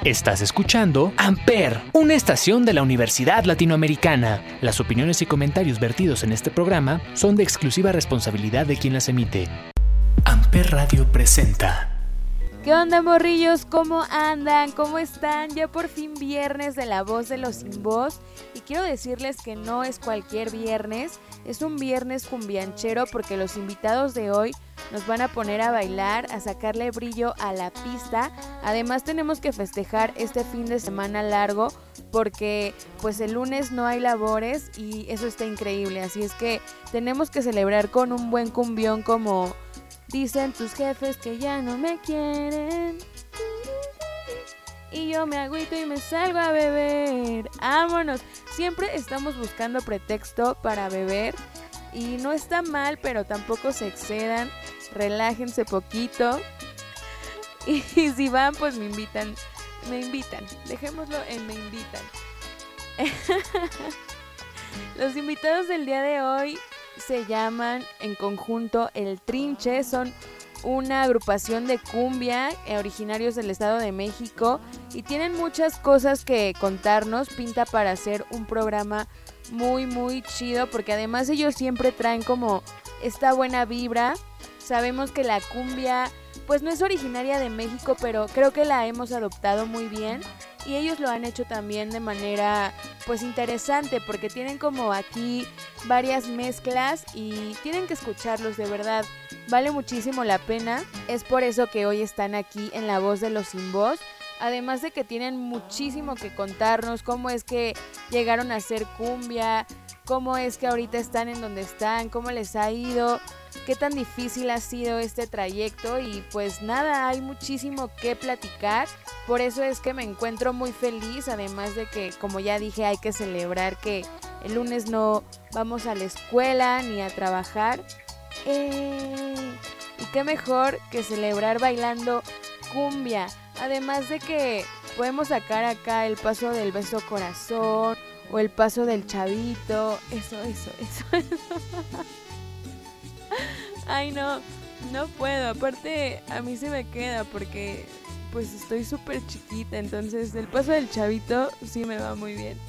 Estás escuchando Amper, una estación de la Universidad Latinoamericana. Las opiniones y comentarios vertidos en este programa son de exclusiva responsabilidad de quien las emite. Amper Radio presenta. ¿Qué onda, morrillos? ¿Cómo andan? ¿Cómo están? Ya por fin viernes de La Voz de los Sin Voz. Y quiero decirles que no es cualquier viernes, es un viernes cumbianchero porque los invitados de hoy nos van a poner a bailar, a sacarle brillo a la pista. Además tenemos que festejar este fin de semana largo porque pues el lunes no hay labores y eso está increíble. Así es que tenemos que celebrar con un buen cumbión como... Dicen tus jefes que ya no me quieren y yo me agüito y me salgo a beber. ¡Vámonos! Siempre estamos buscando pretexto para beber y no está mal, pero tampoco se excedan. Relájense poquito y si van, pues me invitan. Dejémoslo en me invitan. Los invitados del día de hoy se llaman en conjunto El Trinche, son una agrupación de cumbia originarios del Estado de México y tienen muchas cosas que contarnos. Pinta para hacer un programa muy muy chido porque además ellos siempre traen como esta buena vibra. Sabemos que la cumbia pues no es originaria de México, pero creo que la hemos adoptado muy bien y ellos lo han hecho también de manera pues interesante porque tienen como aquí varias mezclas y tienen que escucharlos, de verdad, vale muchísimo la pena. Es por eso que hoy están aquí en La Voz de los Sin Voz, además de que tienen muchísimo que contarnos, cómo es que llegaron a hacer cumbia, cómo es que ahorita están en donde están, cómo les ha ido, qué tan difícil ha sido este trayecto y pues nada, hay muchísimo que platicar. Por eso es que me encuentro muy feliz, además de que, como ya dije, hay que celebrar que el lunes no vamos a la escuela ni a trabajar. Y qué mejor que celebrar bailando cumbia, además de que podemos sacar acá el paso del beso corazón o el paso del chavito, eso. Ay, no puedo, aparte a mí se me queda porque pues estoy súper chiquita, entonces el paso del chavito sí me va muy bien.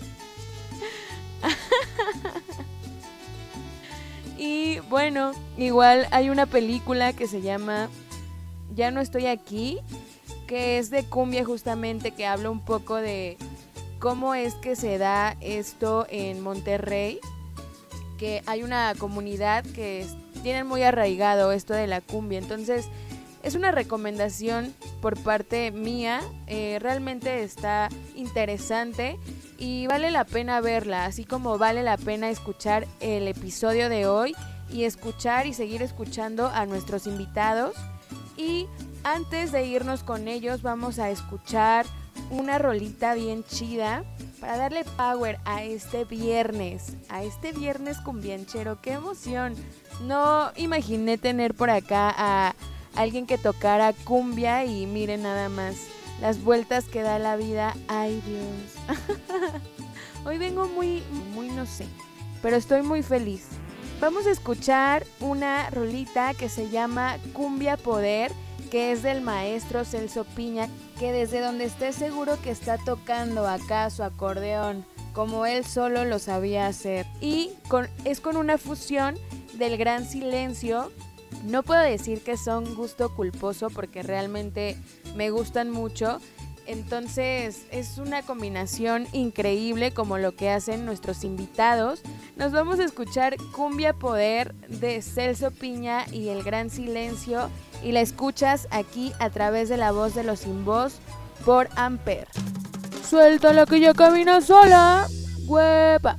Y bueno, igual hay una película que se llama Ya no estoy aquí, que es de cumbia justamente, que habla un poco de cómo es que se da esto en Monterrey, que hay una comunidad que tienen muy arraigado esto de la cumbia. Entonces es una recomendación por parte mía, realmente está interesante y vale la pena verla, así como vale la pena escuchar el episodio de hoy y escuchar y seguir escuchando a nuestros invitados. Y antes de irnos con ellos vamos a escuchar una rolita bien chida para darle power a este viernes cumbianchero. ¡Qué emoción! No imaginé tener por acá a alguien que tocara cumbia y miren nada más las vueltas que da la vida. ¡Ay, Dios! Hoy vengo muy no sé, pero estoy muy feliz. Vamos a escuchar una rolita que se llama Cumbia Poder, que es del maestro Celso Piña, que desde donde esté seguro que está tocando acá su acordeón, como él solo lo sabía hacer. Y es con una fusión del Gran Silencio. No puedo decir que son gusto culposo porque realmente me gustan mucho. Entonces es una combinación increíble como lo que hacen nuestros invitados. Nos vamos a escuchar Cumbia Poder de Celso Piña y el Gran Silencio y la escuchas aquí a través de La Voz de los Sin Voz por Amper. Suéltala que ya camina sola, huepa.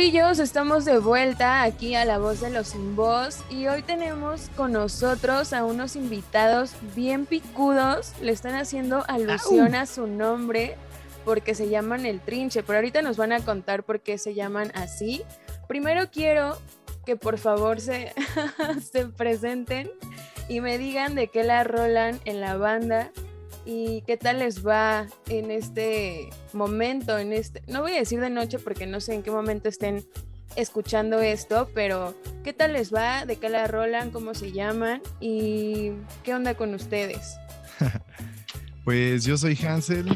Chiquillos, estamos de vuelta aquí a La Voz de los Sin Voz y hoy tenemos con nosotros a unos invitados bien picudos. Le están haciendo alusión a su nombre porque se llaman El Trinche, pero ahorita nos van a contar por qué se llaman así. Primero quiero que por favor se presenten y me digan de qué la rolan en la banda y qué tal les va en este momento, no voy a decir de noche porque no sé en qué momento estén escuchando esto, pero qué tal les va, de qué la rolan, cómo se llaman y qué onda con ustedes. Pues yo soy Hansel,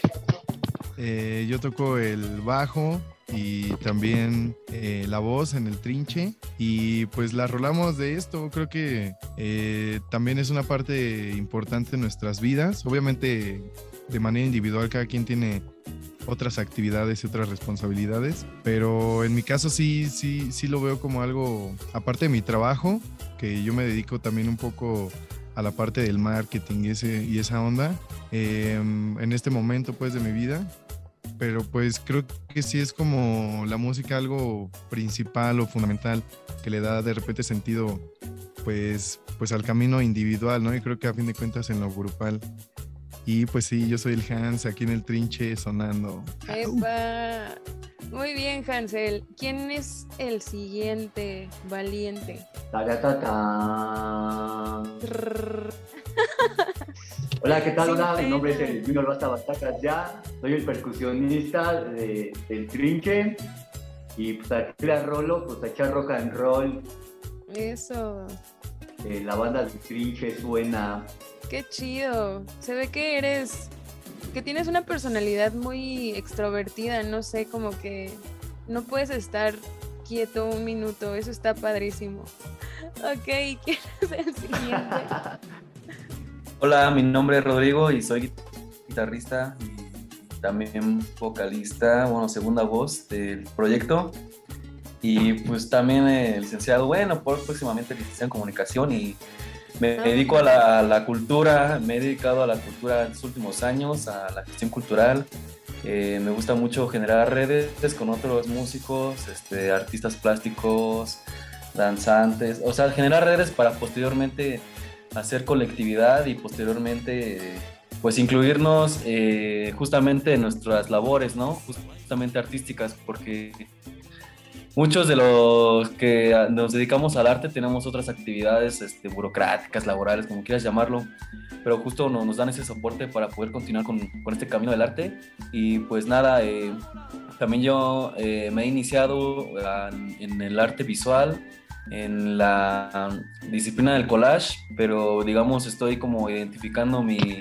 yo toco el bajo y también la voz en El Trinche, y pues la rolamos de esto. Creo que también es una parte importante de nuestras vidas. Obviamente de manera individual cada quien tiene otras actividades y otras responsabilidades, pero en mi caso sí lo veo como algo aparte de mi trabajo, que yo me dedico también un poco a la parte del marketing y esa onda en este momento pues de mi vida. Pero pues creo que sí es como la música algo principal o fundamental que le da de repente sentido pues al camino individual, ¿no? Y creo que a fin de cuentas en lo grupal. Y pues sí, yo soy el Hans aquí en El Trinche sonando. ¡Epa! Muy bien, Hansel. ¿Quién es el siguiente valiente? Hola, ¿qué tal? Hola, mi nombre es el Junior Basta Bastacas ya, soy el percusionista del Trinche y pues aquí la rolo, pues a echar rock and roll. Eso. La banda del Trinche suena. Qué chido. Se ve que tienes una personalidad muy extrovertida, no sé, como que no puedes estar quieto un minuto, eso está padrísimo. Ok, ¿quién es el siguiente? Hola, mi nombre es Rodrigo y soy guitarrista y también vocalista, segunda voz del proyecto. Y pues también licenciado, próximamente licenciado en comunicación, y me dedico a la cultura, me he dedicado a la cultura en los últimos años, a la gestión cultural. Me gusta mucho generar redes con otros músicos, artistas plásticos, danzantes, o sea, generar redes para posteriormente hacer colectividad y posteriormente pues incluirnos justamente en nuestras labores, ¿no? Justamente artísticas, porque muchos de los que nos dedicamos al arte tenemos otras actividades burocráticas, laborales, como quieras llamarlo, pero justo nos dan ese soporte para poder continuar con este camino del arte. Y pues nada, también yo me he iniciado en el arte visual, en la disciplina del collage, pero digamos estoy como identificando mi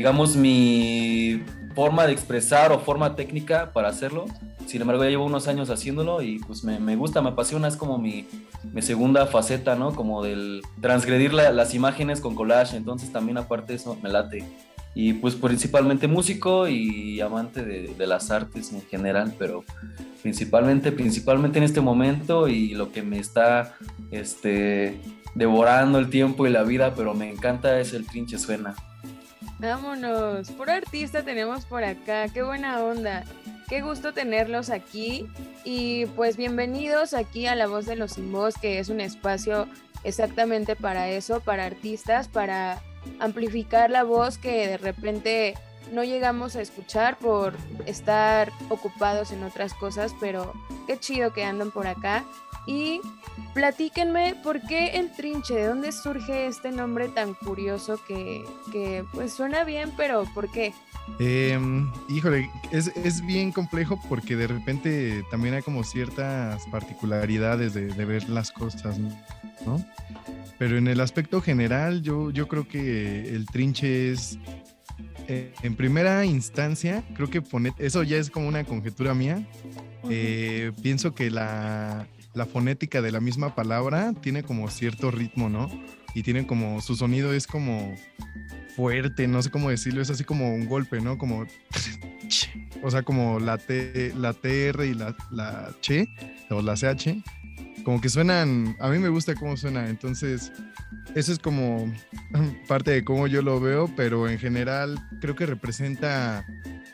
forma de expresar o forma técnica para hacerlo. Sin embargo, ya llevo unos años haciéndolo y pues me gusta, me apasiona, es como mi segunda faceta, ¿no? Como del transgredir las imágenes con collage, entonces también aparte de eso me late. Y pues principalmente músico y amante de las artes en general, pero principalmente en este momento, y lo que me está devorando el tiempo y la vida, pero me encanta, es El Trinche suena. Vámonos, puro artista tenemos por acá, qué buena onda, qué gusto tenerlos aquí y pues bienvenidos aquí a La Voz de los Sin Voz, que es un espacio exactamente para eso, para artistas, para amplificar la voz que de repente no llegamos a escuchar por estar ocupados en otras cosas, pero qué chido que andan por acá. Y platíquenme, ¿por qué El Trinche? ¿De dónde surge este nombre tan curioso que pues suena bien, pero ¿por qué? Híjole, es bien complejo porque de repente también hay como ciertas particularidades de ver las cosas, ¿no? Pero en el aspecto general yo creo que El Trinche es, en primera instancia, creo que eso ya es como una conjetura mía. Pienso que la fonética de la misma palabra tiene como cierto ritmo, ¿no? Y tiene como, su sonido es como fuerte, no sé cómo decirlo, es así como un golpe, ¿no? Como, o sea, como la TR y la Ch, o la CH, como que suenan, a mí me gusta cómo suena, entonces eso es como parte de cómo yo lo veo, pero en general creo que representa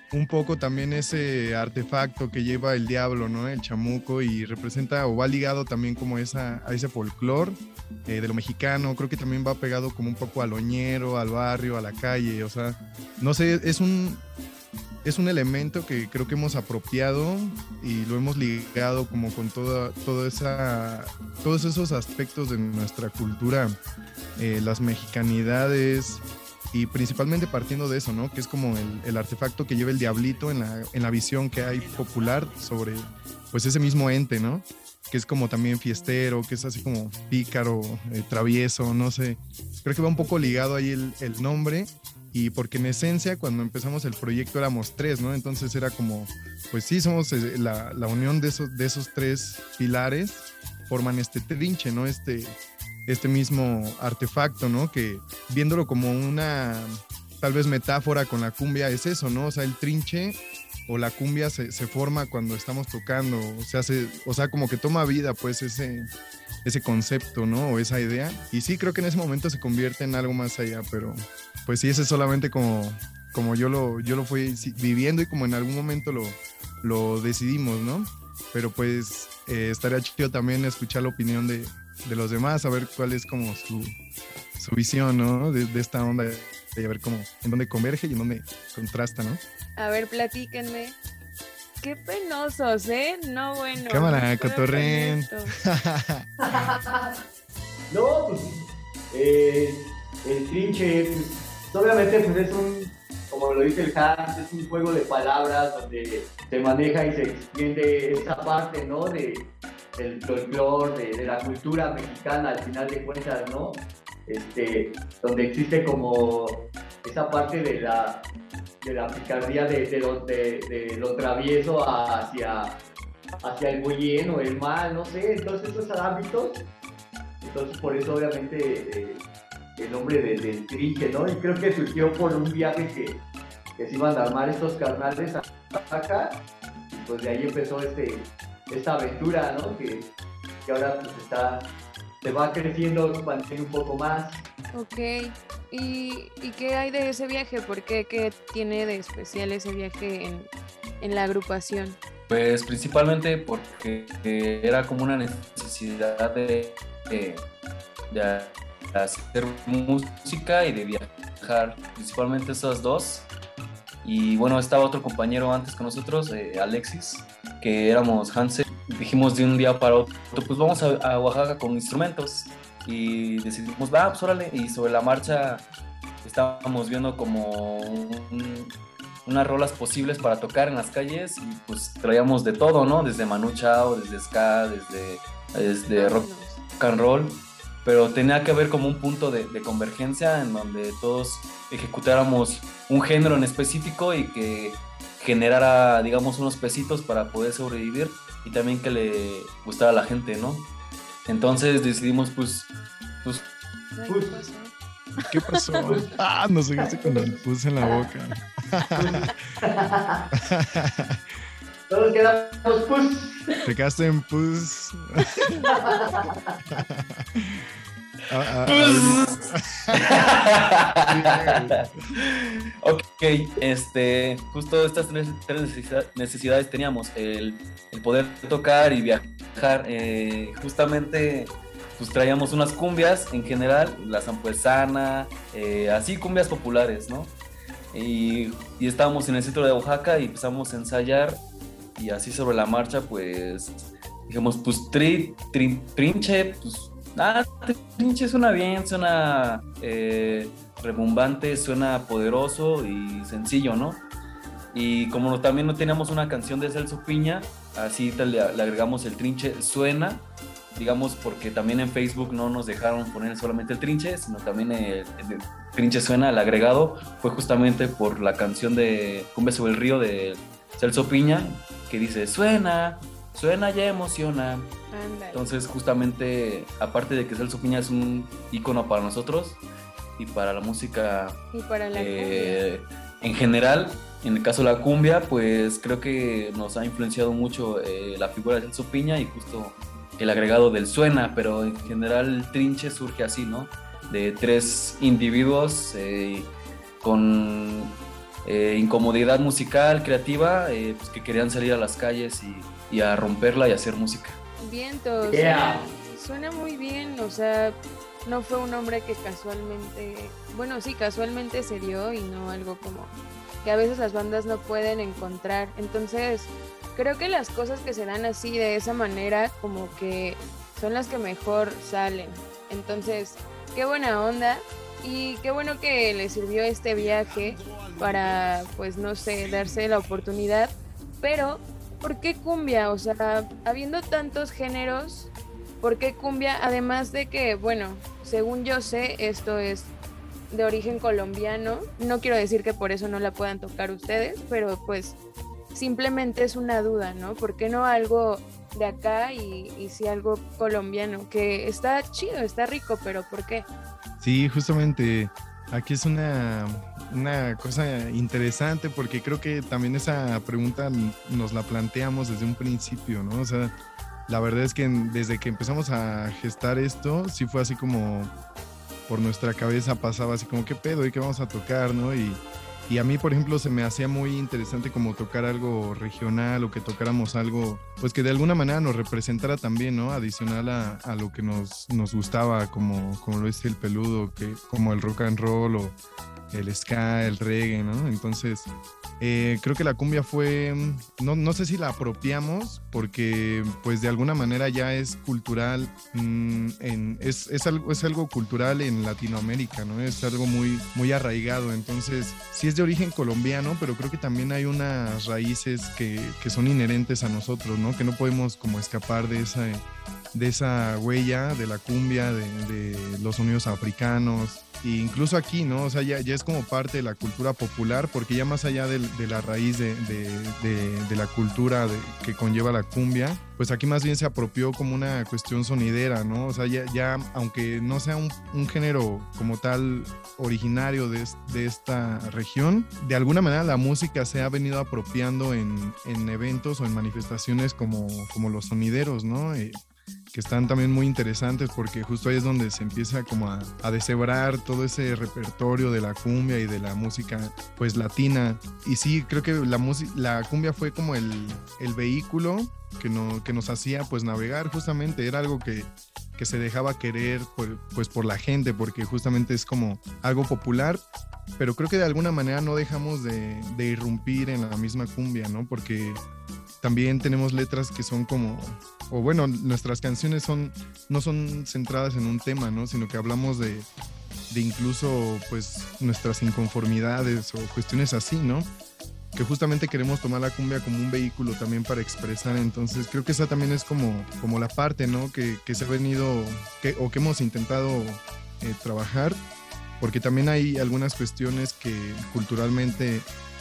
un poco también ese artefacto que lleva el diablo, ¿no? El chamuco, y representa o va ligado también como a ese folclore de lo mexicano. Creo que también va pegado como un poco al oñero, al barrio, a la calle. O sea, no sé, es un elemento que creo que hemos apropiado y lo hemos ligado como con todos esos aspectos de nuestra cultura, las mexicanidades, y principalmente partiendo de eso, ¿no? Que es como el artefacto que lleva el diablito en la visión que hay popular sobre pues ese mismo ente, ¿no? Que es como también fiestero, que es así como pícaro, travieso, no sé. Creo que va un poco ligado ahí el nombre. Y porque en esencia cuando empezamos el proyecto éramos 3, ¿no? Entonces era como, pues sí, somos la unión de esos 3 pilares, forman este trinche, ¿no? Este mismo artefacto, ¿no? Que viéndolo como una, tal vez metáfora con la cumbia, es eso, ¿no? O sea, el trinche o la cumbia se forma cuando estamos tocando, o sea, como que toma vida, pues, ese concepto, ¿no? O esa idea. Y sí, creo que en ese momento se convierte en algo más allá, pero pues sí, ese es solamente como yo lo fui viviendo y como en algún momento lo decidimos, ¿no? Pero pues estaría chido también escuchar la opinión de los demás, a ver cuál es como su visión, ¿no? De esta onda, de ver cómo, en dónde converge y en dónde contrasta, ¿no? A ver, platíquenme. Qué penosos, ¿eh? No, bueno. Cámara, no puedo cotorren. con esto. No, pues el trinche, pues, obviamente pues como lo dice el Hans, es un juego de palabras donde se maneja y se extiende esa parte, ¿no? Del folclore, de la cultura mexicana, al final de cuentas, ¿no? Donde existe como esa parte de la picardía de lo travieso hacia el bien o el mal, no sé, entonces esos ámbitos, entonces por eso obviamente el nombre del trinche, ¿no? Y creo que surgió por un viaje que se iban a armar estos carnales acá, y pues de ahí empezó esta aventura, ¿no? Que ahora pues se va creciendo, expandiendo un poco más. Ok. ¿Y qué hay de ese viaje? ¿Por qué? ¿Qué tiene de especial ese viaje en la agrupación? Pues principalmente porque era como una necesidad de hacer música y de viajar, principalmente esos dos. Y bueno, estaba otro compañero antes con nosotros, Alexis, que éramos Hansel. Dijimos de un día para otro, pues vamos a Oaxaca con instrumentos. Y decidimos, pues órale. Y sobre la marcha estábamos viendo como unas rolas posibles para tocar en las calles. Y pues traíamos de todo, ¿no? Desde Manu Chao, desde ska, desde rock and roll. Pero tenía que haber como un punto de convergencia en donde todos ejecutáramos un género en específico y que generara, digamos, unos pesitos para poder sobrevivir y también que le gustara a la gente, ¿no? Entonces decidimos, pues... Ay, ¿qué pasó? ¿Qué pasó? Nos dejaste con el pus en la boca. Todos quedamos pues. Te quedaste en pus. Ok, justo estas tres necesidades teníamos, el poder tocar y viajar. Justamente pues traíamos unas cumbias en general, la zampuesana, así cumbias populares, ¿no? Y estábamos en el centro de Oaxaca y empezamos a ensayar, y así sobre la marcha pues dijimos, pues trinche, pues trinche suena bien, suena rebumbante, suena poderoso y sencillo, ¿no? Y como también no teníamos una canción de Celso Piña, así le agregamos el trinche suena, digamos, porque también en Facebook no nos dejaron poner solamente el trinche, sino también el trinche suena, el agregado, fue justamente por la canción de Cumbia sobre el río de Celso Piña, que dice suena ya emociona. Ándale. Entonces justamente, aparte de que Celso Piña es un ícono para nosotros y para la música Y para la cumbia. en general, en el caso de la cumbia, pues creo que nos ha influenciado mucho la figura de Celso Piña y justo el agregado del suena, pero en general el trinche surge así, ¿no? De 3 individuos con incomodidad musical, creativa, pues que querían salir a las calles y a romperla y hacer música. Vientos. Yeah. Suena muy bien, o sea, no fue un hombre que casualmente, bueno, sí, casualmente se dio y no algo como que a veces las bandas no pueden encontrar. Entonces, creo que las cosas que se dan así, de esa manera, como que son las que mejor salen. Entonces, qué buena onda y qué bueno que le sirvió este viaje para, pues, no sé, darse la oportunidad. Pero, ¿por qué cumbia? O sea, habiendo tantos géneros, ¿por qué cumbia? Además de que, bueno, según yo sé, esto es de origen colombiano. No quiero decir que por eso no la puedan tocar ustedes, pero pues simplemente es una duda, ¿no? ¿Por qué no algo de acá y sí algo colombiano? Que está chido, está rico, pero ¿por qué? Sí, justamente aquí es una cosa interesante porque creo que también esa pregunta nos la planteamos desde un principio, ¿no? O sea, la verdad es que desde que empezamos a gestar esto, sí fue así como por nuestra cabeza pasaba así como, ¿qué pedo? ¿Y qué vamos a tocar, no? Y a mí, por ejemplo, se me hacía muy interesante como tocar algo regional o que tocáramos algo, pues que de alguna manera nos representara también, ¿no? Adicional a lo que nos gustaba, como lo es el peludo, como el rock and roll o el ska, el reggae, ¿no? Entonces, creo que la cumbia fue, no sé si la apropiamos, porque pues de alguna manera ya es cultural, es algo cultural en Latinoamérica, ¿no? Es algo muy, muy arraigado, entonces sí es de origen colombiano, pero creo que también hay unas raíces que son inherentes a nosotros, ¿no? Que no podemos como escapar de esa huella de la cumbia, de los sonidos africanos, e incluso aquí, ¿no? O sea, ya es como parte de la cultura popular, porque ya más allá de la raíz de la cultura que conlleva la cumbia, pues aquí más bien se apropió como una cuestión sonidera, ¿no? O sea, ya aunque no sea un género como tal originario de esta región, de alguna manera la música se ha venido apropiando en eventos o en manifestaciones como los sonideros, ¿no? Que están también muy interesantes porque justo ahí es donde se empieza como a deshebrar todo ese repertorio de la cumbia y de la música pues latina. Y sí, creo que la cumbia fue como el vehículo que nos hacía pues navegar, justamente era algo que se dejaba querer por la gente, porque justamente es como algo popular, pero creo que de alguna manera no dejamos de irrumpir en la misma cumbia, ¿no? Porque también tenemos letras que son como, o bueno, nuestras canciones no son centradas en un tema, ¿no? Sino que hablamos de incluso pues nuestras inconformidades o cuestiones así, ¿no? Que justamente queremos tomar la cumbia como un vehículo también para expresar. Entonces creo que esa también es como la parte, ¿no? Que se ha venido, que hemos intentado trabajar, porque también hay algunas cuestiones que culturalmente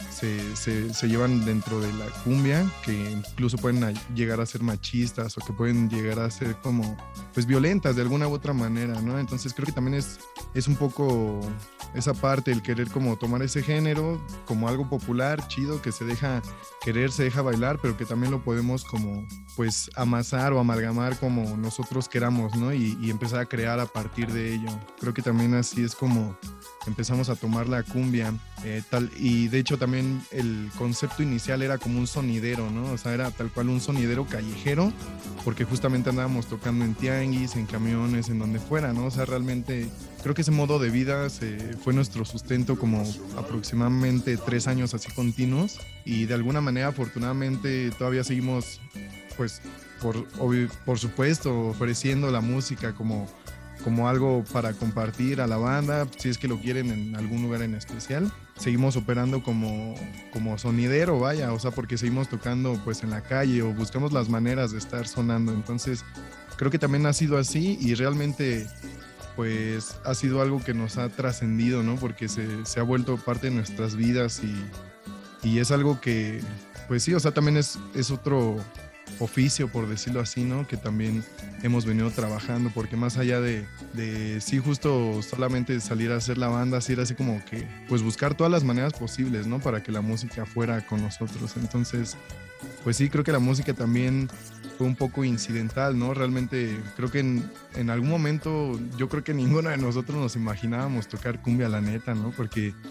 se llevan dentro de la cumbia, que incluso pueden llegar a ser machistas o que pueden llegar a ser como pues violentas de alguna u otra manera, ¿no? Entonces creo que también es un poco esa parte, el querer como tomar ese género como algo popular, chido, que se deja querer, se deja bailar, pero que también lo podemos como pues amasar o amalgamar como nosotros queramos, ¿no? Y empezar a crear a partir de ello. Creo que también así es como empezamos a tomar la cumbia, y de hecho también el concepto inicial era como un sonidero, ¿no? O sea, era tal cual un sonidero callejero, porque justamente andábamos tocando en tianguis, en camiones, en donde fuera, ¿no? O sea, realmente creo que ese modo de vida fue nuestro sustento como aproximadamente 3 años así continuos, y de alguna manera afortunadamente todavía seguimos pues por supuesto ofreciendo la música como algo para compartir a la banda, si es que lo quieren en algún lugar en especial. Seguimos operando como sonidero, vaya, o sea, porque seguimos tocando pues en la calle o buscamos las maneras de estar sonando. Entonces creo que también ha sido así, y realmente pues ha sido algo que nos ha trascendido, ¿no? Porque se ha vuelto parte de nuestras vidas, y es algo que pues sí, o sea, también es otro oficio, por decirlo así, ¿no? Que también hemos venido trabajando, porque más allá de sí, justo solamente salir a hacer la banda, así era así como que pues buscar todas las maneras posibles, ¿no? Para que la música fuera con nosotros. Entonces pues sí, creo que la música también fue un poco incidental, ¿no? Realmente creo que en algún momento yo creo que ninguno de nosotros nos imaginábamos tocar cumbia, la neta, ¿no? Porque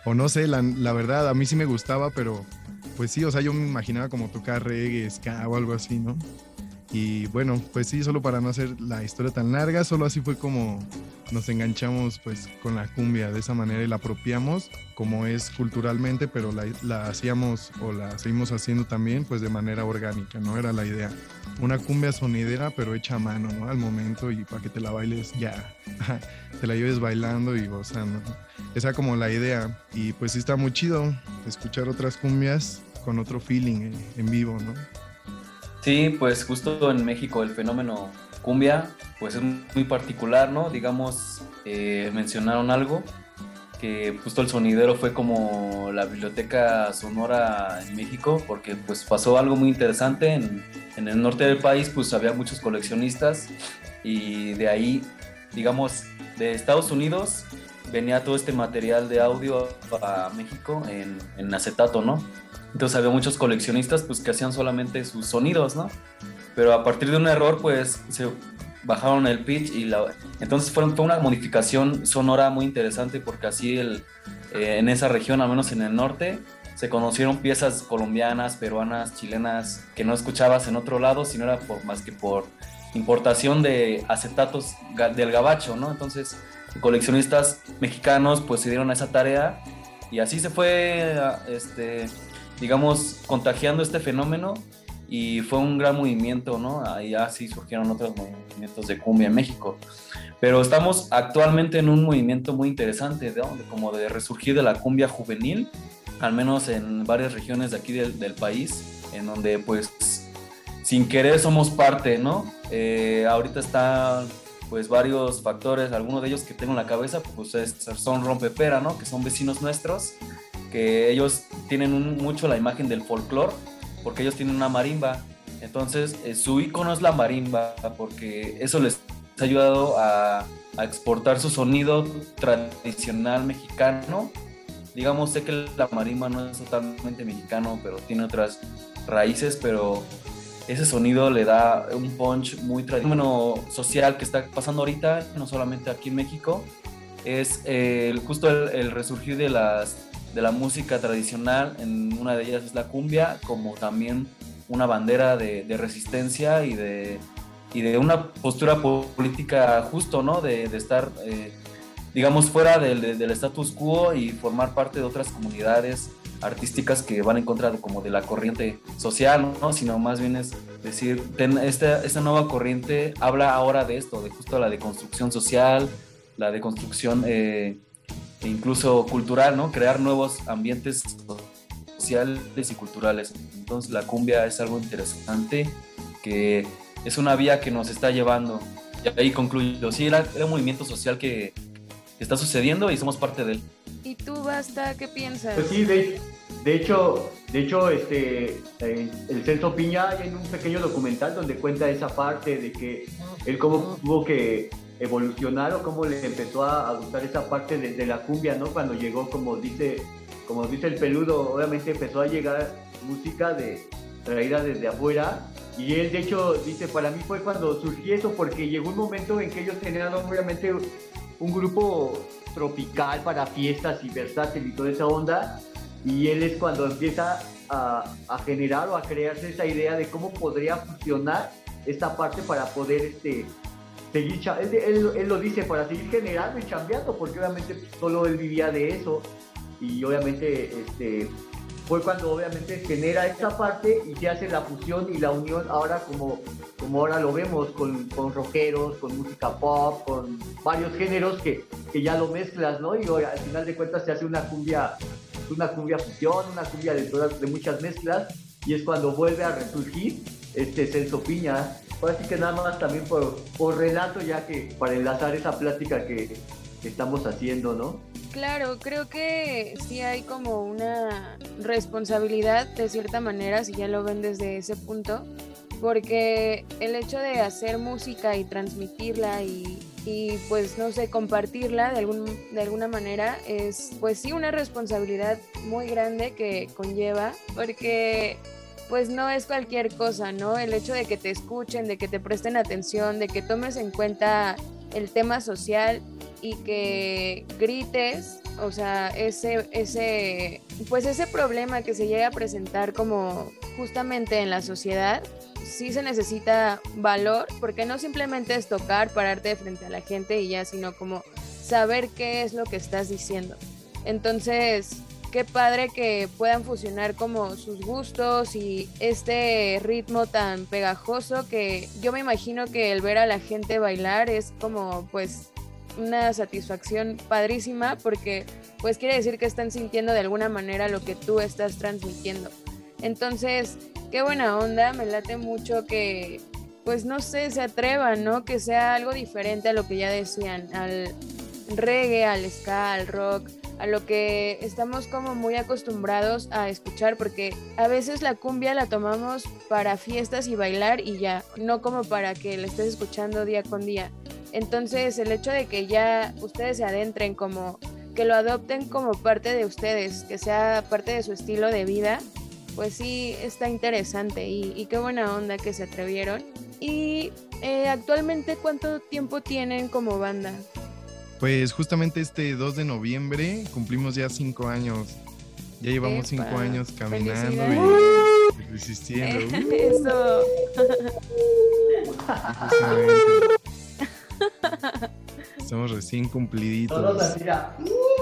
o no sé, la verdad, a mí sí me gustaba, pero pues sí, o sea, yo me imaginaba como tocar reggae, ska o algo así, ¿no? Y bueno, pues sí, solo para no hacer la historia tan larga, solo así fue como nos enganchamos pues con la cumbia de esa manera y la apropiamos como es culturalmente, pero la hacíamos o la seguimos haciendo también pues de manera orgánica, ¿no? Era la idea. Una cumbia sonidera pero hecha a mano, ¿no? Al momento y para que te la bailes ya, te la lleves bailando y gozando, ¿no? Esa como la idea y pues sí está muy chido escuchar otras cumbias con otro feeling en vivo, ¿no? Sí, pues justo en México el fenómeno cumbia pues es muy particular, ¿no? Digamos, mencionaron algo, que justo el sonidero fue como la biblioteca sonora en México, porque pues pasó algo muy interesante en el norte del país, pues había muchos coleccionistas y de ahí, digamos, de Estados Unidos venía todo este material de audio a México en acetato, ¿no? Entonces había muchos coleccionistas pues que hacían solamente sus sonidos, ¿no? Pero a partir de un error pues se bajaron el pitch entonces fue una modificación sonora muy interesante porque así en esa región, al menos en el norte, se conocieron piezas colombianas, peruanas, chilenas que no escuchabas en otro lado, sino era más que por importación de acetatos del gabacho, ¿no? Entonces coleccionistas mexicanos pues se dieron a esa tarea y así se fue digamos, contagiando este fenómeno y fue un gran movimiento, ¿no? Ahí así surgieron otros movimientos de cumbia en México. Pero estamos actualmente en un movimiento muy interesante, ¿no? Como de resurgir de la cumbia juvenil, al menos en varias regiones de aquí del país, en donde pues sin querer somos parte, ¿no? Ahorita están pues varios factores, algunos de ellos que tengo en la cabeza pues son Rompepera, ¿no? Que son vecinos nuestros, que ellos tienen mucho la imagen del folclore, porque ellos tienen una marimba. Entonces, su ícono es la marimba, porque eso les ha ayudado a exportar su sonido tradicional mexicano. Digamos, sé que la marimba no es totalmente mexicano, pero tiene otras raíces, pero ese sonido le da un punch muy tradicional. Un fenómeno social que está pasando ahorita, no solamente aquí en México, es justo el resurgir de la música tradicional. En una de ellas es la cumbia, como también una bandera de resistencia y de una postura política justo, ¿no? De estar, digamos, fuera del status quo y formar parte de otras comunidades artísticas que van en contra como de la corriente social, ¿no? Sino más bien es decir, esta nueva corriente habla ahora de esto, de justo la deconstrucción social, la deconstrucción incluso cultural, ¿no? Crear nuevos ambientes sociales y culturales. Entonces la cumbia es algo interesante, que es una vía que nos está llevando. Y ahí concluyo. Sí, era un movimiento social que está sucediendo y somos parte de él. ¿Y tú, Basta, qué piensas? Pues sí, de hecho, el Celso Piña hay en un pequeño documental donde cuenta esa parte de que él cómo tuvo que evolucionar o cómo le empezó a gustar esa parte de la cumbia, ¿no? Cuando llegó, como dice el Peludo, obviamente empezó a llegar música traída desde afuera, y él de hecho dice, para mí fue cuando surgió eso, porque llegó un momento en que ellos tenían obviamente un grupo tropical para fiestas y versátil y toda esa onda, y él es cuando empieza a generar o a crearse esa idea de cómo podría funcionar esta parte para poder seguir, él lo dice, para seguir generando y chambeando, porque obviamente solo él vivía de eso, y obviamente fue cuando obviamente genera esta parte y se hace la fusión y la unión ahora como ahora lo vemos con rockeros, con música pop, con varios géneros que ya lo mezclas, ¿no? Y al final de cuentas se hace una cumbia fusión, una cumbia de muchas mezclas, y es cuando vuelve a resurgir Celso Piña. Ahora sí que nada más también por relato, ya que para enlazar esa plática que estamos haciendo, ¿no? Claro, creo que sí hay como una responsabilidad de cierta manera, si ya lo ven desde ese punto, porque el hecho de hacer música y transmitirla y pues no sé, compartirla de alguna manera es pues sí una responsabilidad muy grande que conlleva, porque pues no es cualquier cosa, ¿no? El hecho de que te escuchen, de que te presten atención, de que tomes en cuenta el tema social y que grites, o sea, ese problema que se llega a presentar como justamente en la sociedad, sí se necesita valor, porque no simplemente es tocar, pararte de frente a la gente y ya, sino como saber qué es lo que estás diciendo. Entonces, qué padre que puedan fusionar como sus gustos y este ritmo tan pegajoso, que yo me imagino que el ver a la gente bailar es como pues una satisfacción padrísima, porque pues quiere decir que están sintiendo de alguna manera lo que tú estás transmitiendo. Entonces, qué buena onda, me late mucho que pues no sé, se atrevan, ¿no? Que sea algo diferente a lo que ya decían, al reggae, al ska, al rock, a lo que estamos como muy acostumbrados a escuchar, porque a veces la cumbia la tomamos para fiestas y bailar y ya, no como para que la estés escuchando día con día. Entonces el hecho de que ya ustedes se adentren, como que lo adopten como parte de ustedes, que sea parte de su estilo de vida, pues sí está interesante y qué buena onda que se atrevieron. Y actualmente, ¿cuánto tiempo tienen como banda? Pues justamente este 2 de noviembre cumplimos ya 5 años. Ya llevamos 5 años caminando y resistiendo. Eso. Estamos recién cumpliditos. Todos así, ya.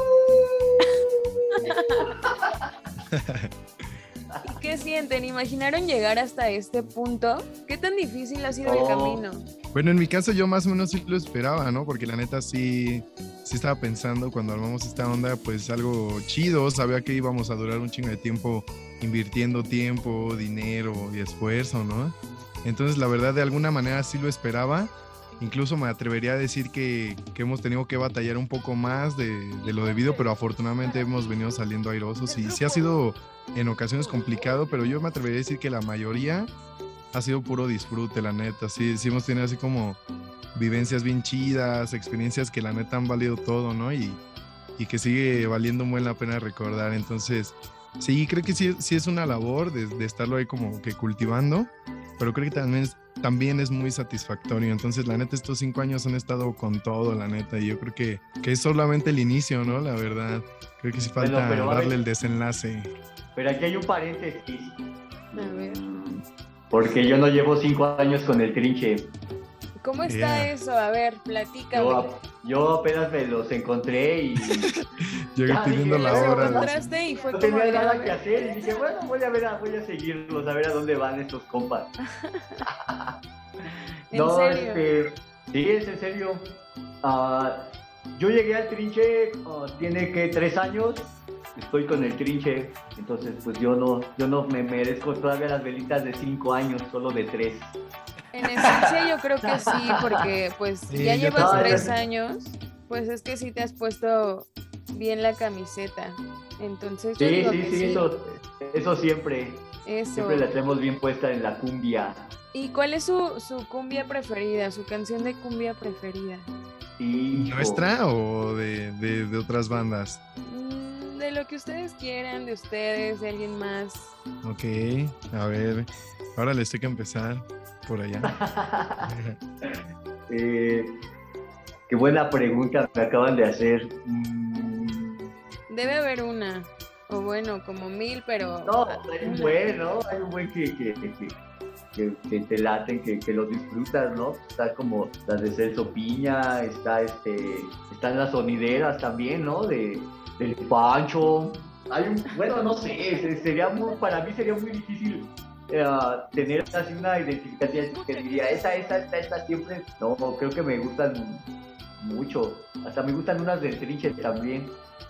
¿Y qué sienten? ¿Imaginaron llegar hasta este punto? ¿Qué tan difícil ha sido el camino? Bueno, en mi caso yo más o menos sí lo esperaba, ¿no? Porque la neta sí estaba pensando cuando armamos esta onda, pues algo chido. Sabía que íbamos a durar un chingo de tiempo invirtiendo tiempo, dinero y esfuerzo, ¿no? Entonces la verdad de alguna manera sí lo esperaba. Incluso me atrevería a decir que hemos tenido que batallar un poco más de lo debido, pero afortunadamente hemos venido saliendo airosos y sí ha sido en ocasiones complicado, pero yo me atrevería a decir que la mayoría ha sido puro disfrute, la neta. Sí hemos tenido así como vivencias bien chidas, experiencias que la neta han valido todo, ¿no? Y que sigue valiendo muy la pena recordar. Entonces, sí, creo que sí es una labor de estarlo ahí como que cultivando, pero creo que también es muy satisfactorio. Entonces, la neta, estos 5 años han estado con todo, la neta, y yo creo que es solamente el inicio, ¿no? La verdad. Creo que sí falta darle el desenlace. Pero aquí hay un paréntesis. A ver. Porque yo no llevo 5 años con el trinche. ¿Cómo está eso? A ver, platícame. Yo apenas me los encontré y... Llegué pidiendo la hora. Los encontraste y fue no como... tenía nada que hacer y dije, bueno, voy a seguirlos, a ver a dónde van estos compas. ¿En serio? Sí, es en serio. Yo llegué al trinche, tiene que 3 años. Estoy con el trinche, entonces pues yo no me merezco todavía las velitas de 5 años, solo de 3. En esencia yo creo que sí, porque pues sí, ya llevas 3 años, pues es que sí te has puesto bien la camiseta. Entonces yo digo que sí. Eso siempre. Eso. Siempre la tenemos bien puesta en la cumbia. ¿Y cuál es su cumbia preferida, su canción de cumbia preferida? ¿Nuestra o de otras bandas? De lo que ustedes quieran, de ustedes, de alguien más. Ok, a ver, ahora les tengo que empezar por allá. Qué buena pregunta me acaban de hacer. Debe haber una, o bueno, como 1000, pero... No, hay un buen que te laten, que los disfrutas, ¿no? Está como las de Celso Piña, están las sonideras también, ¿no? Del Pancho. Bueno, no sé, para mí sería muy difícil tener así una identificación que diría, esta siempre. No, creo que me gustan mucho. Hasta me gustan unas del trinche también.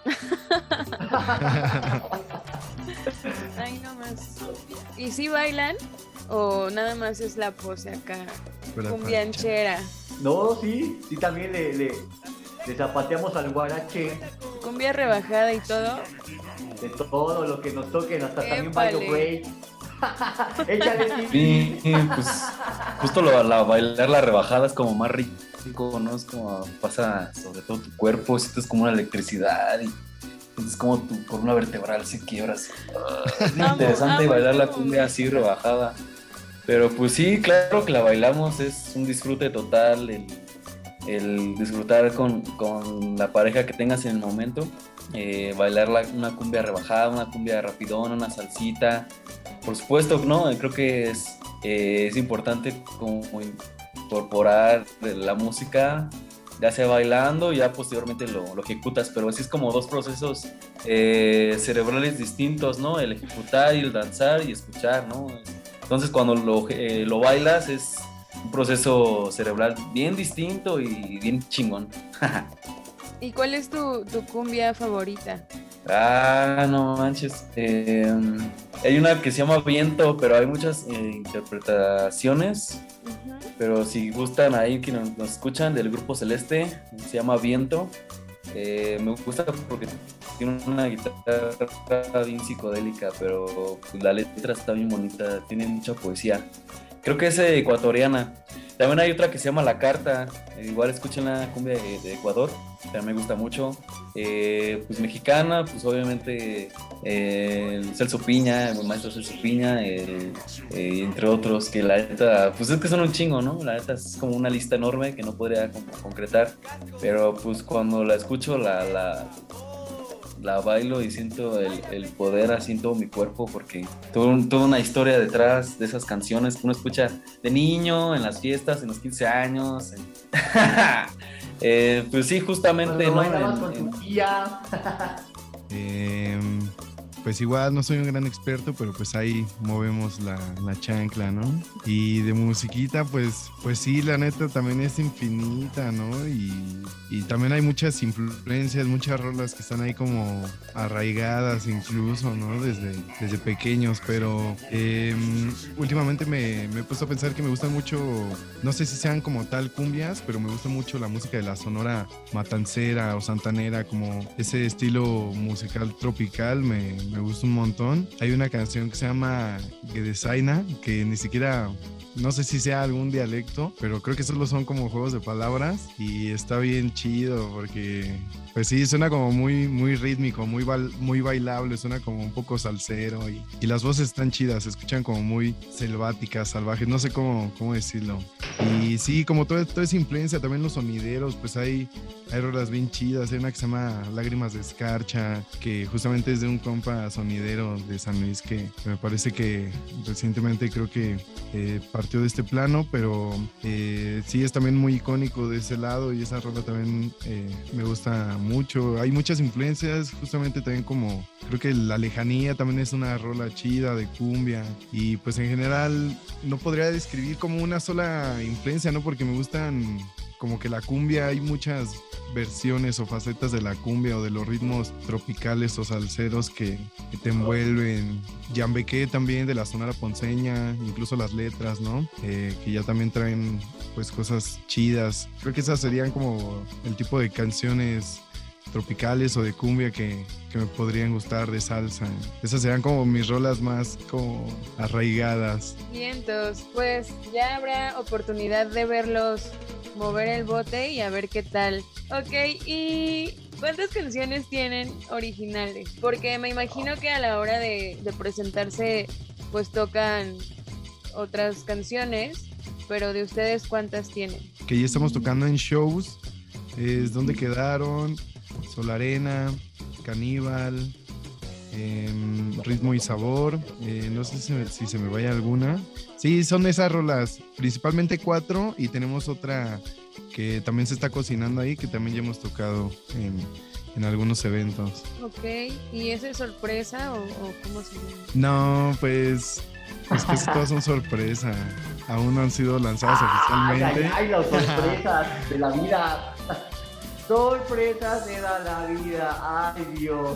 Ay, no más. ¿Y si bailan? ¿O nada más es la pose acá? Cumbianchera. No, sí también le zapateamos al guarache. Cumbia rebajada y todo. De todo lo que nos toquen, hasta también bailo break. Échale, sí, pues justo bailar la rebajada es como más rico, ¿no? Es como pasa sobre todo tu cuerpo, sientes como una electricidad y sientes como tu columna vertebral se quiebra así. Es interesante bailar la cumbia así rebajada. Pero pues sí, claro que la bailamos, es un disfrute total, el disfrutar con la pareja que tengas en el momento, bailar una cumbia rebajada, una cumbia rapidona, una salsita. Por supuesto, ¿no? Creo que es importante como incorporar la música, ya sea bailando y ya posteriormente lo ejecutas, pero así es como dos procesos cerebrales distintos, ¿no? El ejecutar y el danzar y escuchar, ¿no? Entonces cuando lo bailas es un proceso cerebral bien distinto y bien chingón. ¿Y cuál es tu cumbia favorita? No manches. Hay una que se llama Viento, pero hay muchas interpretaciones. Uh-huh. Pero si gustan ahí que nos escuchan del Grupo Celeste, se llama Viento. Me gusta porque tiene una guitarra bien psicodélica, pero la letra está bien bonita, tiene mucha poesía. Creo que es ecuatoriana. También hay otra que se llama La Carta, igual escuchen la cumbia de Ecuador, también me gusta mucho. Pues mexicana, pues obviamente el Celso Piña, el maestro Celso Piña, entre otros, que la neta, pues es que son un chingo, ¿no? La neta es como una lista enorme que no podría concretar, pero pues cuando la escucho la bailo y siento el poder así en todo mi cuerpo, porque toda una historia detrás de esas canciones que uno escucha de niño, en las fiestas, en los 15 años. Pues sí, justamente, cuando ¿no? bailabas con tu tía. Pues igual no soy un gran experto, pero pues ahí movemos la chancla, ¿no? Y de musiquita, pues sí, la neta también es infinita, ¿no? Y también hay muchas influencias, muchas rolas que están ahí como arraigadas incluso, ¿no? Desde pequeños, pero últimamente me he puesto a pensar que me gustan mucho, no sé si sean como tal cumbias, pero me gusta mucho la música de la Sonora Matancera o Santanera, como ese estilo musical tropical, me gusta un montón. Hay una canción que se llama Gedesaina, que ni siquiera, no sé si sea algún dialecto, pero creo que solo son como juegos de palabras y está bien chido porque, pues sí, suena como muy, muy rítmico, muy bailable, suena como un poco salsero y las voces están chidas, se escuchan como muy selváticas, salvajes, no sé cómo decirlo. Y sí, como toda esa influencia, también los sonideros, pues hay rolas bien chidas. Hay una que se llama Lágrimas de Escarcha, que justamente es de un compa sonidero de San Luis que me parece que recientemente creo que partió de este plano, pero sí es también muy icónico de ese lado y esa rola también me gusta mucho. Hay muchas influencias, justamente también como creo que La Lejanía también es una rola chida de cumbia y pues en general no podría describir como una sola influencia, ¿no? Porque me gustan como que la cumbia, hay muchas versiones o facetas de la cumbia o de los ritmos tropicales o salseros que te envuelven. Yambequé también de la Sonora Ponceña, incluso las letras, ¿no? Que ya también traen pues cosas chidas. Creo que esas serían como el tipo de canciones tropicales o de cumbia que me podrían gustar, de salsa. Esas serían como mis rolas más como arraigadas. Vientos, pues ya habrá oportunidad de verlos mover el bote y a ver qué tal. Ok, ¿y cuántas canciones tienen originales? Porque me imagino que a la hora de presentarse pues tocan otras canciones, pero de ustedes, ¿cuántas tienen? Que ya estamos tocando en shows, es Donde Quedaron, Solarena, Caníbal, Ritmo y Sabor, no sé si se me vaya alguna. Sí, son esas rolas, principalmente 4, y tenemos otra que también se está cocinando ahí, que también ya hemos tocado en algunos eventos. Ok, ¿y esa es sorpresa o cómo se llama? No, pues casi todas son sorpresa, aún no han sido lanzadas oficialmente. Ay, las sorpresas de la vida. Sorpresas de la vida, ay Dios.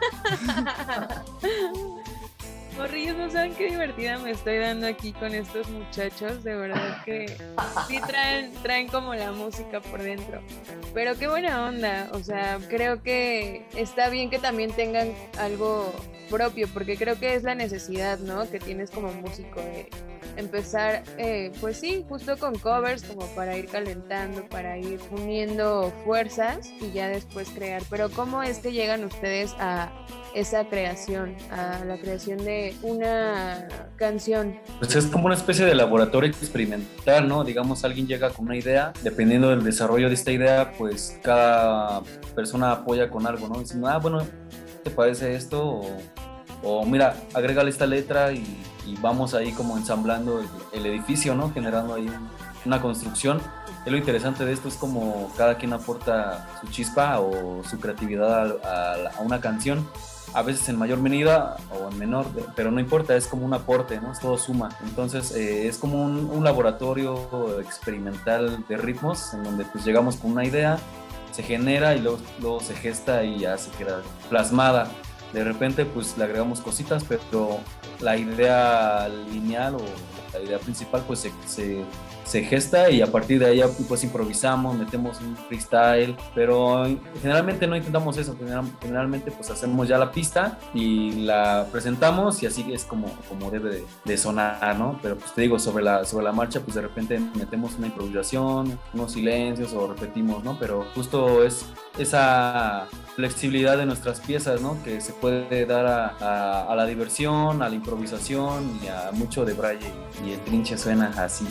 Morrillos, no saben qué divertida me estoy dando aquí con estos muchachos, de verdad que sí traen como la música por dentro. Pero qué buena onda, o sea, creo que está bien que también tengan algo propio, porque creo que es la necesidad, ¿no? Que tienes como músico empezar, pues sí, justo con covers como para ir calentando, para ir uniendo fuerzas y ya después crear. Pero ¿cómo es que llegan ustedes a esa creación, a la creación de una canción? Pues es como una especie de laboratorio experimental, ¿no? Digamos, alguien llega con una idea, dependiendo del desarrollo de esta idea, pues cada persona apoya con algo, ¿no? Diciendo, bueno, ¿te parece esto? O mira, agrégale esta letra y vamos ahí como ensamblando el edificio, ¿no? Generando ahí una construcción. Es lo interesante de esto, es como cada quien aporta su chispa o su creatividad a una canción, a veces en mayor medida o en menor, pero no importa, es como un aporte, ¿no? Todo suma. Entonces es como un laboratorio experimental de ritmos en donde pues llegamos con una idea, se genera y luego se gesta y ya se queda plasmada. De repente pues le agregamos cositas, pero la idea lineal o la idea principal pues se gesta y a partir de ahí pues improvisamos, metemos un freestyle, pero generalmente no intentamos eso, generalmente pues hacemos ya la pista y la presentamos y así es como debe de sonar, ¿no? Pero pues te digo, sobre la marcha pues de repente metemos una improvisación, unos silencios o repetimos, ¿no? Pero justo es esa flexibilidad de nuestras piezas, ¿no? Que se puede dar a la diversión, a la improvisación y a mucho de braille y el trinche suena así.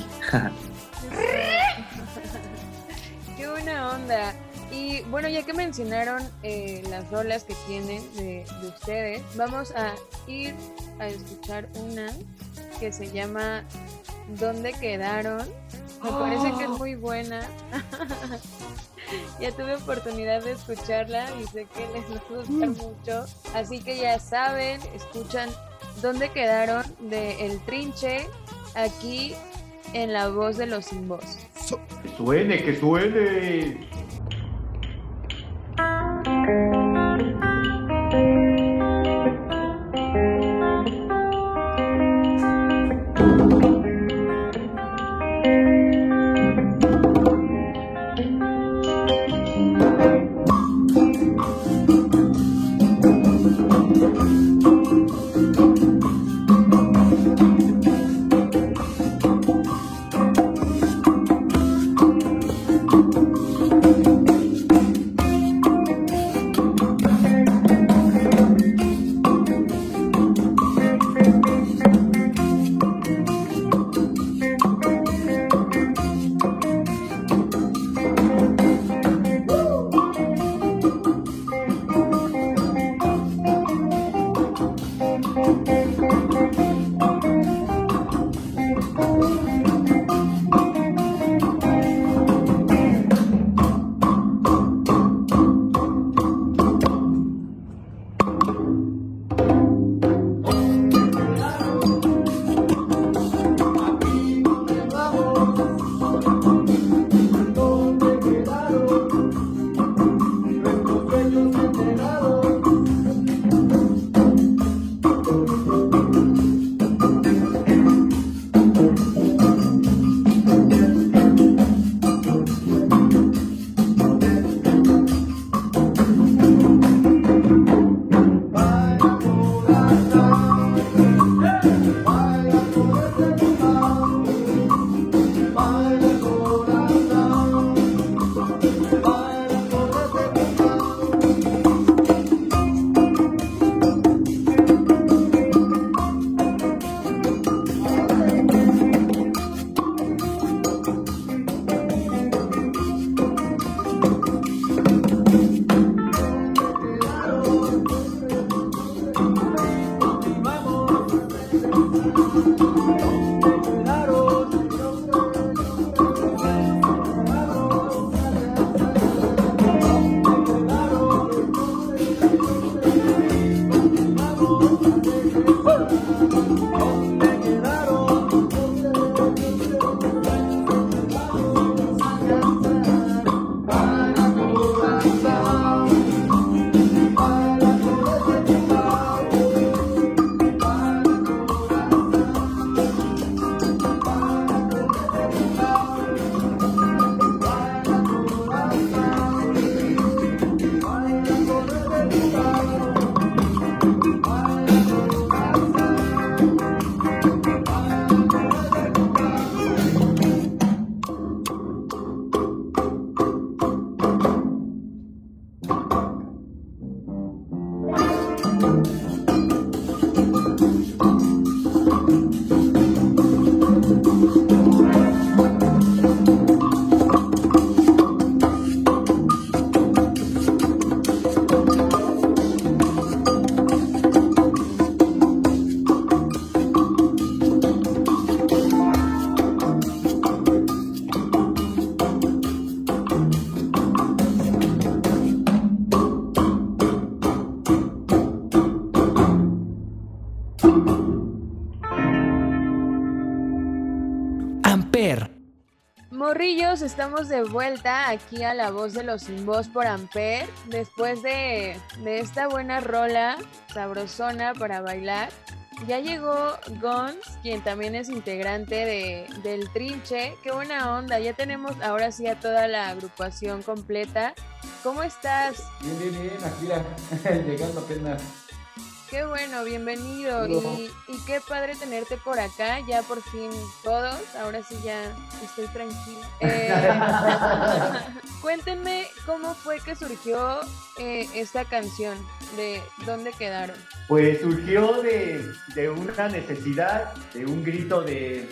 Qué buena onda. Y bueno, ya que mencionaron las rolas que tienen de ustedes, vamos a ir a escuchar una que se llama ¿Dónde quedaron? Me parece que es muy buena. Ya tuve oportunidad de escucharla y sé que les va a gustar mucho. Así que ya saben, escuchan ¿Dónde quedaron? De El Trinche, aquí en La Voz de los Sin Voz. ¡Que suene, que suene! Morrillos, estamos de vuelta aquí a La Voz de los Sin Voz por Amper, después de esta buena rola sabrosona para bailar. Ya llegó Gons, quien también es integrante del Trinche. Qué buena onda, ya tenemos ahora sí a toda la agrupación completa. ¿Cómo estás? Bien, aquí llegando apenas. Qué bueno, bienvenido. Y qué padre tenerte por acá, ya por fin todos, ahora sí ya estoy tranquila. Cuéntenme cómo fue que surgió esta canción, de dónde quedaron. Pues surgió de una necesidad, de un grito de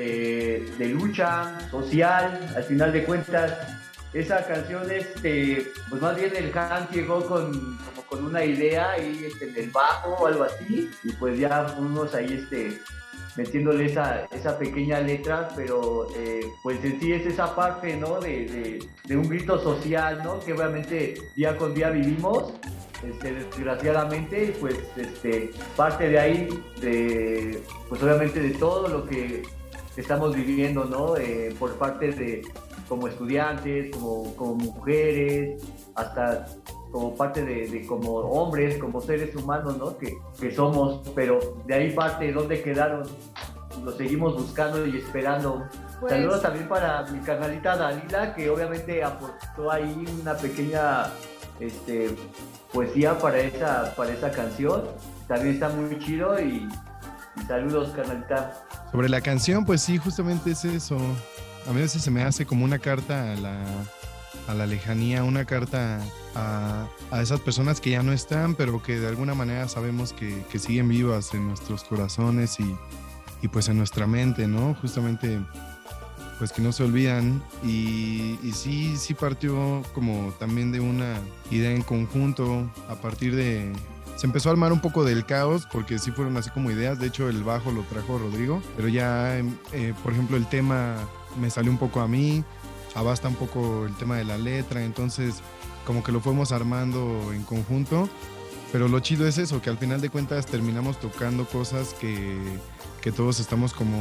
lucha social, al final de cuentas. Esa canción, pues más bien el Hans llegó con una idea ahí en el bajo o algo así, y pues ya fuimos ahí metiéndole esa pequeña letra, pero pues en sí es esa parte, ¿no? De un grito social, ¿no? Que obviamente día con día vivimos, desgraciadamente, y pues parte de ahí, pues obviamente de todo lo que estamos viviendo, ¿no? Por parte de como estudiantes, como mujeres, hasta como parte de como hombres, como seres humanos, ¿no? Que somos, pero de ahí parte, ¿dónde quedaron? Lo seguimos buscando y esperando. Pues... Saludos también para mi carnalita Dalila, que obviamente aportó ahí una pequeña poesía para esa canción. También está muy chido y saludos, carnalita. Sobre la canción, pues sí, justamente es eso. A mí a veces se me hace como una carta a la lejanía, una carta a esas personas que ya no están, pero que de alguna manera sabemos que siguen vivas en nuestros corazones y pues en nuestra mente, ¿no? Justamente, pues que no se olvidan. Y sí partió como también de una idea en conjunto a partir de... Se empezó a armar un poco del caos porque sí fueron así como ideas. De hecho, el bajo lo trajo Rodrigo, pero ya, por ejemplo, el tema me salió un poco a mí, abasta un poco el tema de la letra, entonces como que lo fuimos armando en conjunto, pero lo chido es eso, que al final de cuentas terminamos tocando cosas que todos estamos como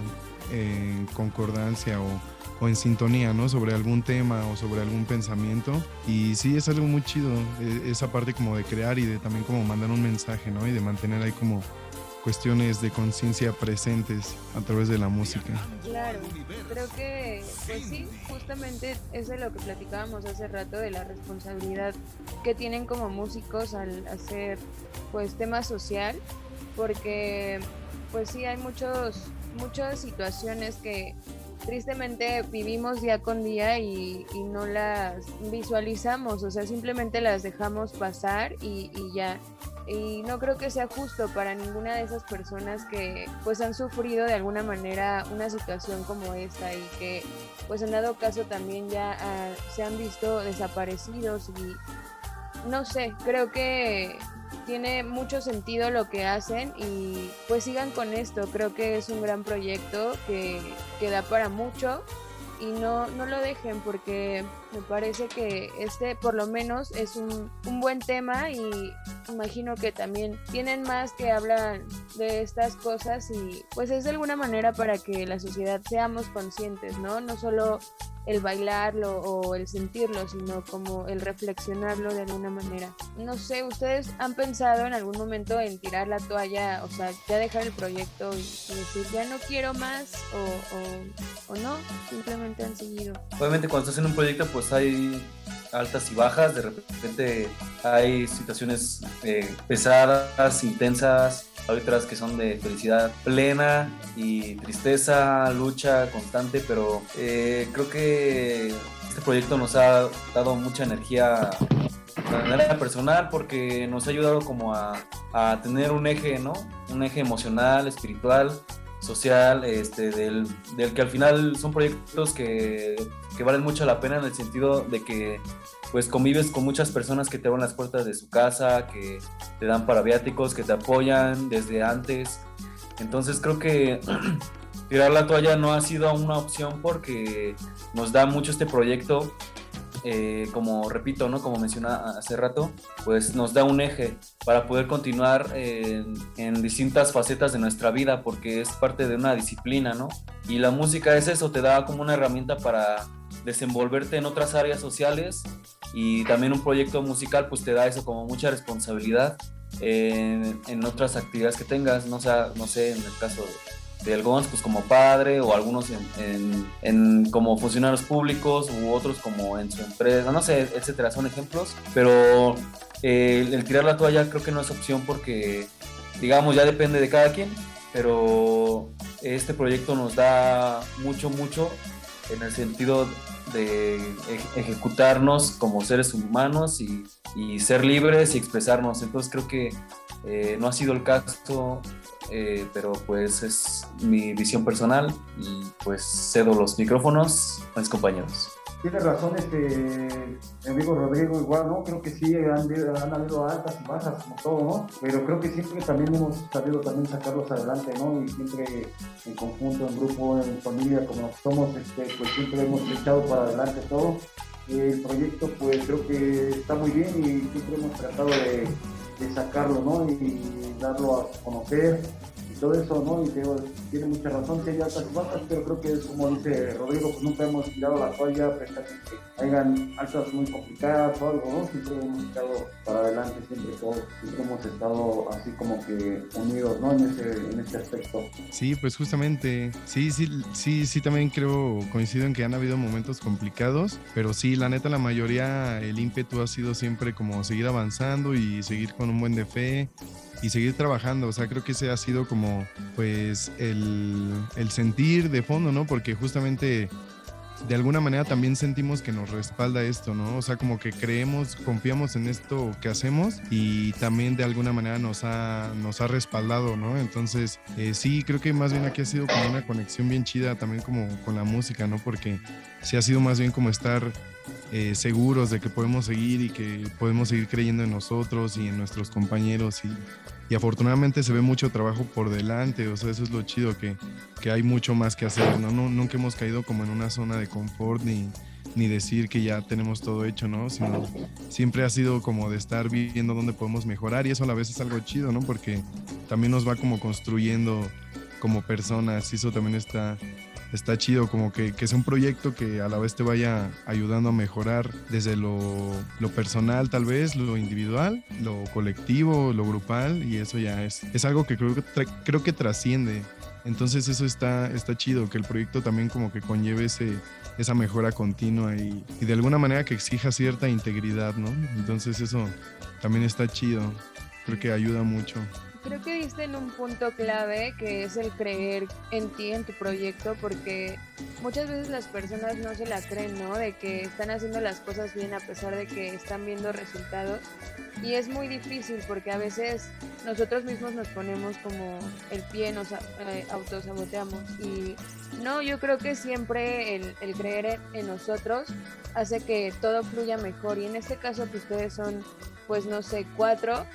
en concordancia o en sintonía, ¿no? Sobre algún tema o sobre algún pensamiento, y sí, es algo muy chido, esa parte como de crear y de también como mandar un mensaje, ¿no? Y de mantener ahí como cuestiones de conciencia presentes a través de la música. Claro, creo que, pues sí, justamente es de lo que platicábamos hace rato, de la responsabilidad que tienen como músicos al hacer, pues, tema social, porque, pues sí, hay muchas situaciones que tristemente vivimos día con día y no las visualizamos, o sea, simplemente las dejamos pasar y ya. Y no creo que sea justo para ninguna de esas personas que pues han sufrido de alguna manera una situación como esta y que pues en dado caso también ya se han visto desaparecidos, y no sé, creo que tiene mucho sentido lo que hacen y pues sigan con esto. Creo que es un gran proyecto que da para mucho y no lo dejen, porque me parece que por lo menos es un buen tema, y imagino que también tienen más que hablan de estas cosas y pues es de alguna manera para que la sociedad seamos conscientes, ¿no? No solo el bailarlo o el sentirlo, sino como el reflexionarlo de alguna manera. No sé, ¿ustedes han pensado en algún momento en tirar la toalla, o sea, ya dejar el proyecto y decir, ya no quiero más, o no, simplemente han seguido? Obviamente cuando estás en un proyecto pues hay altas y bajas, de repente hay situaciones pesadas, intensas, hay otras que son de felicidad plena y tristeza, lucha constante, pero creo que este proyecto nos ha dado mucha energía de manera personal, porque nos ha ayudado como a tener un eje, ¿no? Un eje emocional, espiritual, social, del que al final son proyectos que valen mucho la pena, en el sentido de que pues convives con muchas personas que te abren las puertas de su casa, que te dan paraviáticos, que te apoyan desde antes. Entonces creo que tirar la toalla no ha sido una opción, porque nos da mucho este proyecto como repito, ¿no? Como mencionaba hace rato, pues nos da un eje para poder continuar en distintas facetas de nuestra vida, porque es parte de una disciplina, ¿no? Y la música es eso, te da como una herramienta para desenvolverte en otras áreas sociales, y también un proyecto musical pues te da eso, como mucha responsabilidad en otras actividades que tengas, no sé, en el caso de algunos pues como padre, o algunos en como funcionarios públicos, u otros como en su empresa, no sé, etcétera, son ejemplos, pero el tirar la toalla creo que no es opción, porque digamos ya depende de cada quien, pero este proyecto nos da mucho en el sentido de ejecutarnos como seres humanos y ser libres y expresarnos. Entonces creo que no ha sido el caso, pero pues es mi visión personal, y pues cedo los micrófonos a mis compañeros. Tiene razón mi amigo Rodrigo, igual, ¿no? Creo que sí han habido altas y bajas, como todo, ¿no? Pero creo que siempre también hemos sabido también sacarlos adelante, ¿no? Y siempre en conjunto, en grupo, en familia, como somos, pues siempre hemos echado para adelante todo. El proyecto, pues creo que está muy bien, y siempre hemos tratado de sacarlo, ¿no? Y darlo a conocer y todo eso, ¿no? Y tiene mucha razón, que hay altas y bajas, pero creo que es como dice Rodrigo, pues nunca hemos tirado la toalla, precisamente que hayan altas muy complicadas o algo, ¿no? Siempre hemos echado para adelante, siempre hemos estado así como que unidos, ¿no? En este aspecto. Sí, pues justamente, sí, también coincido en que han habido momentos complicados, pero sí, la neta, la mayoría, el ímpetu ha sido siempre como seguir avanzando y seguir con un buen de fe y seguir trabajando. O sea, creo que ese ha sido como pues el sentir de fondo, ¿no? Porque justamente de alguna manera también sentimos que nos respalda esto, ¿no? O sea, como que confiamos en esto que hacemos, y también de alguna manera nos ha respaldado, ¿no? Entonces, sí, creo que más bien aquí ha sido como una conexión bien chida también como con la música, ¿no? Porque sí ha sido más bien como estar seguros de que podemos seguir y que podemos seguir creyendo en nosotros y en nuestros compañeros, y afortunadamente se ve mucho trabajo por delante. O sea, eso es lo chido, que hay mucho más que hacer, ¿no? Nunca hemos caído como en una zona de confort, ni decir que ya tenemos todo hecho, ¿no? Sino siempre ha sido como de estar viendo dónde podemos mejorar, y eso a la vez es algo chido, ¿no? Porque también nos va como construyendo como personas, y eso también está chido, como que sea un proyecto que a la vez te vaya ayudando a mejorar desde lo personal, tal vez, lo individual, lo colectivo, lo grupal, y eso ya es algo que creo que trasciende. Entonces eso está chido, que el proyecto también como que conlleve esa mejora continua y de alguna manera que exija cierta integridad, ¿no? Entonces eso también está chido, creo que ayuda mucho. Creo que diste en un punto clave, que es el creer en ti, en tu proyecto, porque muchas veces las personas no se la creen, ¿no? De que están haciendo las cosas bien a pesar de que están viendo resultados, y es muy difícil porque a veces nosotros mismos nos ponemos como el pie, nos autosaboteamos, y no, yo creo que siempre el creer en nosotros hace que todo fluya mejor, y en este caso que ustedes son, pues no sé, 4,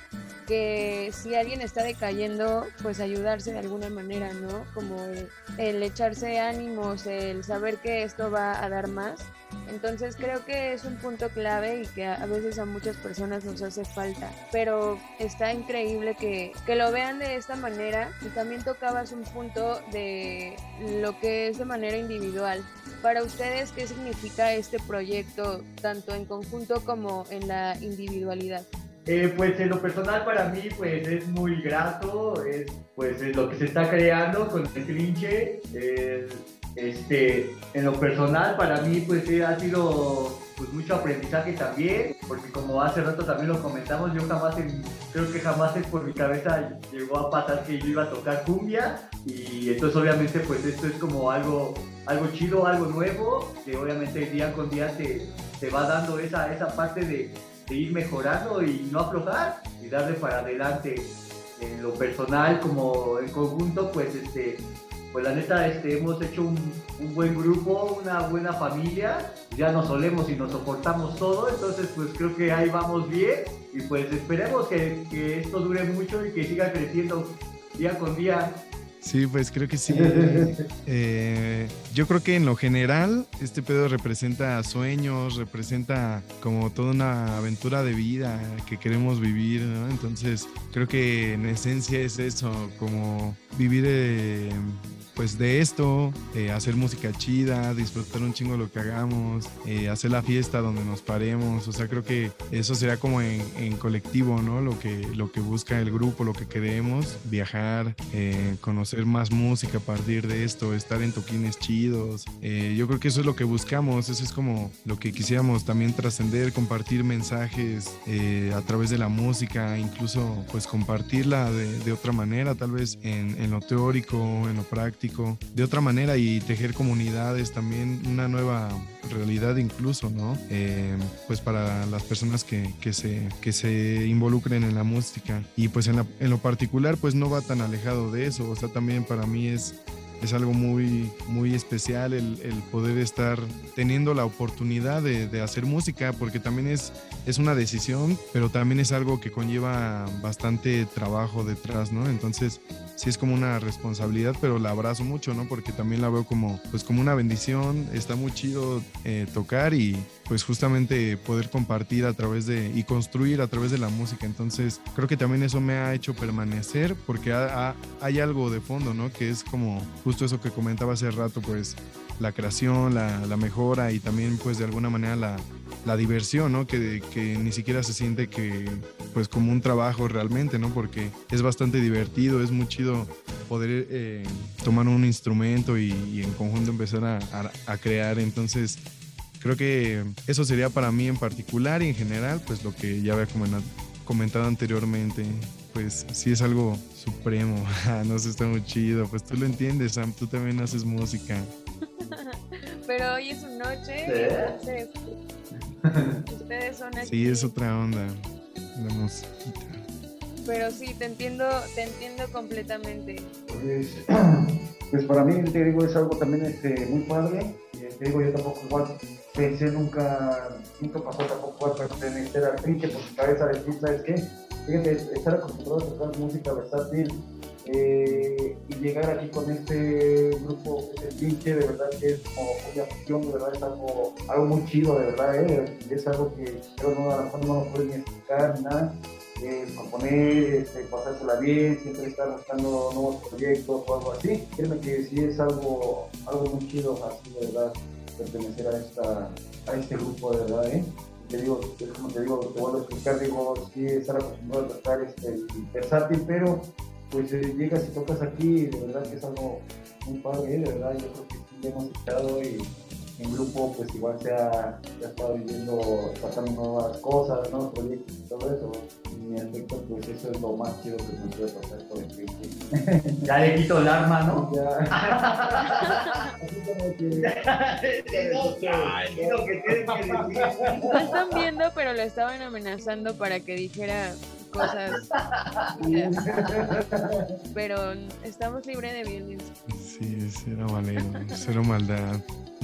que si alguien está decayendo, pues ayudarse de alguna manera, ¿no? Como el echarse ánimos, el saber que esto va a dar más. Entonces creo que es un punto clave y que a veces a muchas personas nos hace falta, pero está increíble que lo vean de esta manera. Y también tocabas un punto de lo que es de manera individual. Para ustedes, ¿qué significa este proyecto, tanto en conjunto como en la individualidad? Pues en lo personal para mí pues es muy grato, es lo que se está creando con el Trinche. En lo personal para mí pues ha sido pues mucho aprendizaje también, porque como hace rato también lo comentamos, yo creo que jamás por mi cabeza llegó a pasar que yo iba a tocar cumbia, y entonces obviamente pues esto es como algo chido, algo nuevo, que obviamente día con día te va dando esa parte de ir mejorando y no aflojar y darle para adelante. En lo personal como en conjunto pues pues la neta hemos hecho un buen grupo, una buena familia, ya nos solemos y nos soportamos todo, entonces pues creo que ahí vamos bien, y pues esperemos que esto dure mucho y que siga creciendo día con día. Sí, pues creo que sí. Yo creo que en lo general este pedo representa sueños, representa como toda una aventura de vida que queremos vivir, ¿no? Entonces creo que en esencia es eso, como vivir pues de esto, hacer música chida, disfrutar un chingo lo que hagamos, hacer la fiesta donde nos paremos. O sea, creo que eso será como en colectivo, ¿no? Lo que busca el grupo, lo que queremos, viajar, conocer más música a partir de esto, estar en toquines chidos. Yo creo que eso es lo que buscamos, eso es como lo que quisiéramos también trascender, compartir mensajes a través de la música, incluso pues compartirla de otra manera, tal vez en lo teórico, en lo práctico, de otra manera, y tejer comunidades también, una nueva realidad incluso, ¿no? Pues para las personas que se involucren en la música. Y pues en lo particular pues no va tan alejado de eso. O sea, también para mí es algo muy, muy especial el poder estar teniendo la oportunidad de hacer música, porque también es una decisión, pero también es algo que conlleva bastante trabajo detrás, ¿no? Entonces sí es como una responsabilidad, pero la abrazo mucho, ¿no? Porque también la veo como una bendición. Está muy chido tocar y pues justamente poder compartir y construir a través de la música. Entonces creo que también eso me ha hecho permanecer, porque hay algo de fondo, ¿no? Que es como justo eso que comentaba hace rato, pues la creación, la mejora, y también pues de alguna manera la diversión, ¿no? Que ni siquiera se siente que pues como un trabajo realmente, ¿no? Porque es bastante divertido, es muy chido poder tomar un instrumento y en conjunto empezar a crear. Entonces creo que eso sería para mí en particular, y en general pues lo que ya había comentado anteriormente. Pues sí es algo supremo. No sé, está muy chido. Pues tú lo entiendes, Sam, tú también haces música. Pero hoy es su noche, entonces ustedes son aquí. Sí, es otra onda, la musiquita. Pero sí, te entiendo completamente. Pues para mí, te digo, es algo también muy padre. Te digo, yo tampoco igual pensé nunca pasó tampoco a pertenecer al Trinche, por mi cabeza decir, ¿sabes qué? Fíjate, estar acostumbrado a tocar música versátil y llegar aquí con este grupo, el Trinche, de verdad que es como una fusión, de verdad es algo muy chido, de verdad, es algo que creo no, a lo mejor no lo pueden ni explicar ni nada. Componer, pasársela bien, siempre estar buscando nuevos proyectos o algo así. Créeme que sí es algo muy chido, así de verdad, pertenecer a este grupo, de verdad, Te digo, como te digo, te vuelvo a explicar, digo, sí estar acostumbrado a tocar versátil, pero pues llegas y tocas aquí, de verdad que es algo muy padre, de verdad, yo creo que sí hemos estado y en grupo pues igual se ha estado viviendo, pasando nuevas cosas, nuevos proyectos y todo eso. En mi aspecto pues eso es lo más chido que me puede pasar con el Trinche. Ya le quito el arma, ¿no? Ya. Así como que... No están viendo, pero lo estaban amenazando para que dijera cosas. Pero estamos libres de violencia. Sí, cero valero, cero maldad.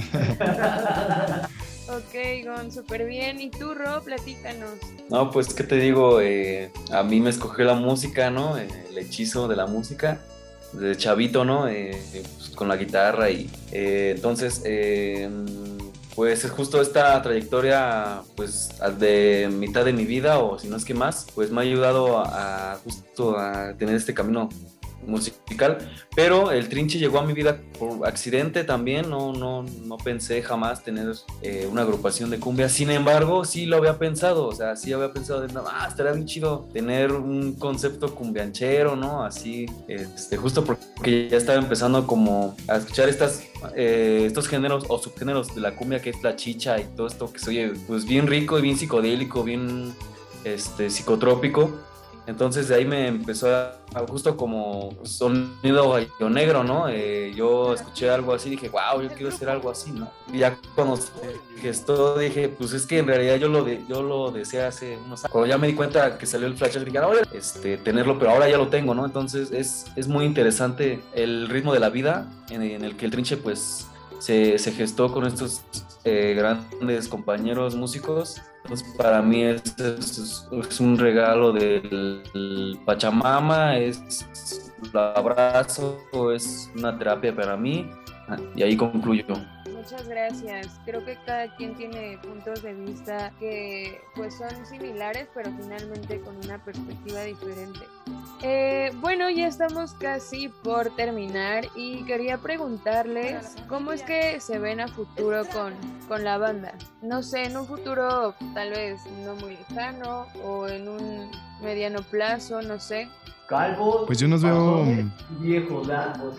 Ok, Gon, súper bien. ¿Y tú, Ro? Platícanos. No, pues, ¿qué te digo? A mí me escogió la música, ¿no? El hechizo de la música, de chavito, ¿no? Pues, con la guitarra y entonces, pues es justo esta trayectoria, pues, de mitad de mi vida, o si no es que más, pues me ha ayudado justo a tener este camino musical, pero el Trinche llegó a mi vida por accidente también. No pensé jamás tener una agrupación de cumbia. Sin embargo, sí lo había pensado, o sea, sí había pensado estaría bien chido tener un concepto cumbianchero, ¿no? Así, justo porque ya estaba empezando como a escuchar estos géneros o subgéneros de la cumbia, que es la chicha y todo esto que se oye pues bien rico y bien psicodélico, bien psicotrópico. Entonces de ahí me empezó a justo como sonido gallo negro, ¿no? Yo escuché algo así y dije, wow, yo quiero hacer algo así, ¿no? Y ya cuando se gestó dije, pues es que en realidad yo lo deseé hace unos años. Cuando ya me di cuenta que salió el flash, dije, ahora tenerlo, pero ahora ya lo tengo, ¿no? Entonces es muy interesante el ritmo de la vida en el que el Trinche pues se gestó con estos grandes compañeros músicos. Entonces para mí es un regalo del Pachamama, es lo abrazo, es una terapia para mí y ahí concluyo. Muchas gracias. Creo que cada quien tiene puntos de vista que pues son similares, pero finalmente con una perspectiva diferente. Bueno, ya estamos casi por terminar y quería preguntarles cómo es que se ven a futuro con la banda. No sé, en un futuro tal vez no muy lejano o en un mediano plazo, no sé. Calvos, Pues yo nos veo viejos, largos.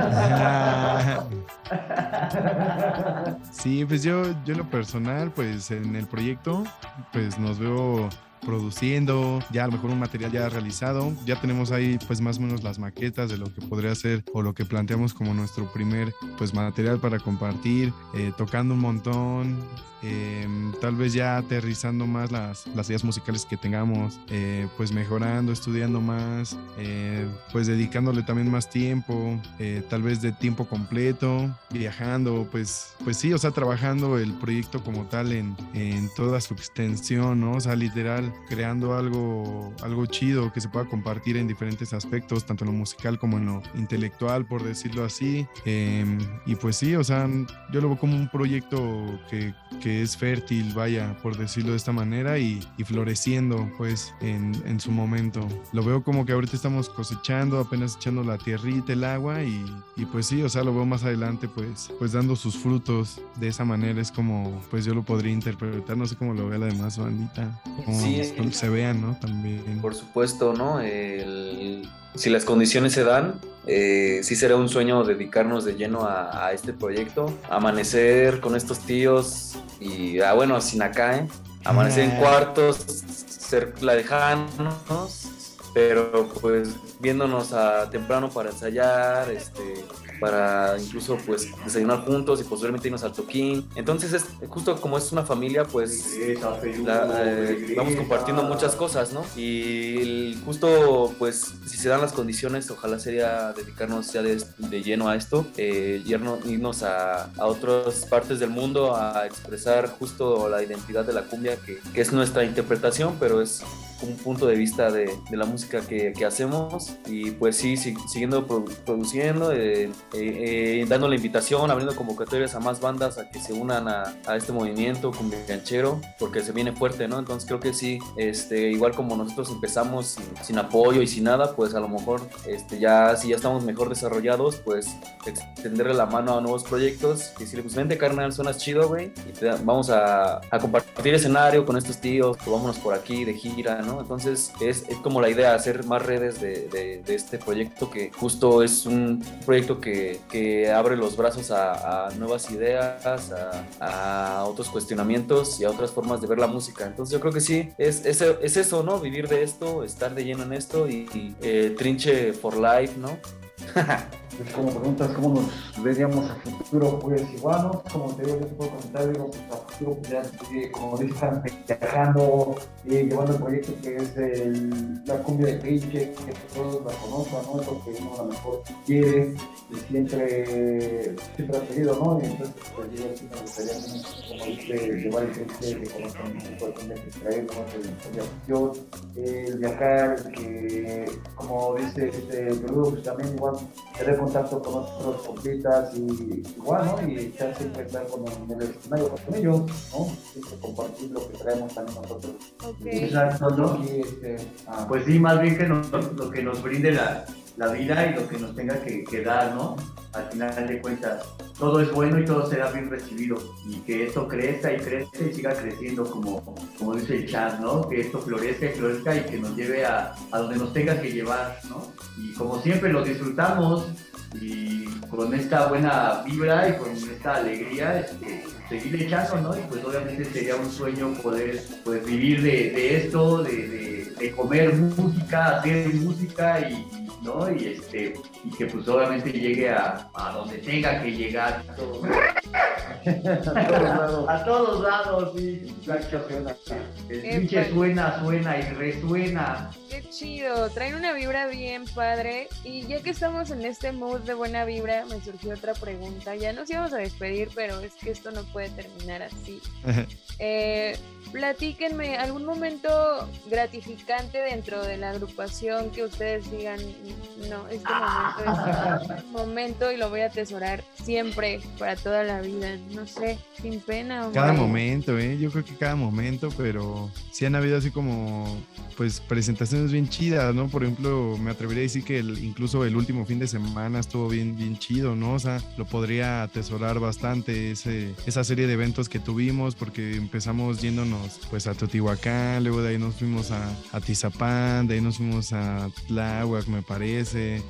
Sí, pues yo en lo personal, pues en el proyecto, pues nos veo produciendo, ya a lo mejor un material ya realizado, ya tenemos ahí pues más o menos las maquetas de lo que podría ser o lo que planteamos como nuestro primer pues material para compartir, tocando un montón, tal vez ya aterrizando más las ideas musicales que tengamos, pues mejorando, estudiando más, pues dedicándole también más tiempo, tal vez de tiempo completo, viajando, pues sí, o sea, trabajando el proyecto como tal en toda su extensión, ¿no? O sea, literal, creando algo chido que se pueda compartir en diferentes aspectos, tanto en lo musical como en lo intelectual, por decirlo así. Y pues sí, o sea, yo lo veo como un proyecto que es fértil, vaya, por decirlo de esta manera, y floreciendo, pues, en su momento. Lo veo como que ahorita estamos cosechando, apenas echando la tierrita, el agua, y pues sí, o sea, lo veo más adelante, pues dando sus frutos. De esa manera es como, pues yo lo podría interpretar, no sé cómo lo vea la demás bandita, como Sí, se vean, ¿no? También. por supuesto, ¿no? Si las condiciones se dan, sí será un sueño dedicarnos de lleno a este proyecto, amanecer con estos tíos y, bueno, sin acá, amanecer en cuartos, ser lejanos, pero pues viéndonos a temprano para ensayar, para incluso pues desayunar juntos y posteriormente irnos al toquín. Entonces es justo como es una familia, pues vamos compartiendo muchas cosas, ¿no? Y justo pues si se dan las condiciones, ojalá sería dedicarnos ya de lleno a esto, irnos a otras partes del mundo a expresar justo la identidad de la cumbia, que es nuestra interpretación, pero es un punto de vista de la música que hacemos. Y pues sí, siguiendo produciendo, dando la invitación, abriendo convocatorias a más bandas a que se unan a este movimiento cumbianchero, porque se viene fuerte, ¿no? Entonces creo que sí, igual como nosotros empezamos sin apoyo y sin nada, pues a lo mejor si ya estamos mejor desarrollados, pues extenderle la mano a nuevos proyectos y decirle, pues vente carnal, suenas chido, güey, y vamos a compartir escenario con estos tíos, pues vámonos por aquí de gira, ¿no? Entonces es como la idea, hacer más redes de este proyecto, que justo es un proyecto que abre los brazos a nuevas ideas, a otros cuestionamientos y a otras formas de ver la música. Entonces yo creo que sí, es eso, ¿no? Vivir de esto, estar de lleno en esto y trinche for life, ¿no? Pues como preguntas cómo nos veríamos a futuro, pues igual, ¿no? Como te digo, yo te puedo comentar, digo, pues a futuro, pues ya, como dices, están viajando, llevando el proyecto que es la cumbia de Trinche, que todos la conozcan, ¿no? Es lo que uno a lo mejor quiere y siempre ha querido, ¿no? Y entonces, pues yo sí me gustaría, como dice, llevar el Trinche, que conozcan un tipo de cumbia que traemos, el viajar, que como dice Peludo, pues también igual tener contacto con otros compitas y igual, ¿no? Y estar siempre estar en el escenario con ellos, ¿no? Siempre compartir lo que traemos también nosotros. Okay. Exacto, ¿no? Y pues sí, más bien que lo que nos brinde la vida y lo que nos tenga que dar, ¿no? Al final de cuentas, todo es bueno y todo será bien recibido, y que esto crezca y crezca y siga creciendo, como dice el chat, ¿no? Que esto florezca y florezca y que nos lleve a donde nos tenga que llevar, ¿no? Y como siempre lo disfrutamos, y con esta buena vibra y con esta alegría, seguir echando, ¿no? Y pues obviamente sería un sueño poder pues vivir de esto, de comer música, hacer música ¿no? Y que pues obviamente llegue a donde tenga que llegar. A todos lados, sí. El pinche suena y resuena. Qué chido, traen una vibra bien padre. Y ya que estamos en este mood de buena vibra, me surgió otra pregunta. Ya nos íbamos a despedir, pero es que esto no puede terminar así. Platíquenme algún momento gratificante dentro de la agrupación que ustedes digan, no, este momento es un momento y lo voy a atesorar siempre, para toda la vida, no sé, sin pena. Cada momento, yo creo que cada momento, pero sí han habido así como, pues, presentaciones bien chidas, ¿no? Por ejemplo, me atrevería a decir que incluso el último fin de semana estuvo bien chido, ¿no? O sea, lo podría atesorar bastante esa serie de eventos que tuvimos, porque empezamos yéndonos pues a Teotihuacán, luego de ahí nos fuimos a Tizapán, de ahí nos fuimos a Tláhuac, me parece.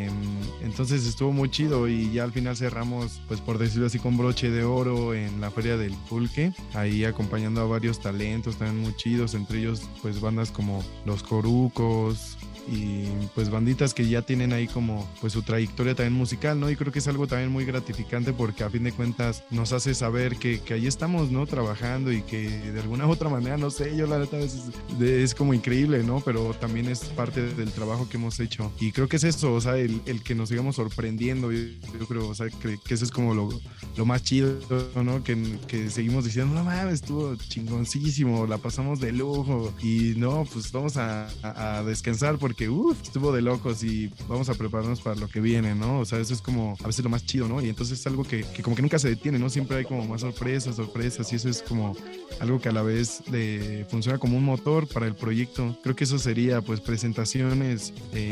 Entonces estuvo muy chido y ya al final cerramos, pues por decirlo así, con broche de oro en la Feria del Pulque, ahí acompañando a varios talentos también muy chidos, entre ellos pues bandas como Los Corucos y pues banditas que ya tienen ahí como pues su trayectoria también musical, ¿no? Y creo que es algo también muy gratificante porque a fin de cuentas nos hace saber que ahí estamos, ¿no? Trabajando y que de alguna u otra manera, no sé, yo la neta a veces es como increíble, ¿no? Pero también es parte del trabajo que hemos hecho y creo que es eso, o sea, el que nos sigamos sorprendiendo, yo creo, o sea, que eso es como lo más chido, ¿no? Que seguimos diciendo, no mames, estuvo chingoncísimo, la pasamos de lujo y no, pues vamos a descansar porque estuvo de locos y vamos a prepararnos para lo que viene, ¿no? O sea, eso es como a veces lo más chido, ¿no? Y entonces es algo que como que nunca se detiene, ¿no? Siempre hay como más sorpresas y eso es como algo que a la vez funciona como un motor para el proyecto. Creo que eso sería, pues, presentaciones,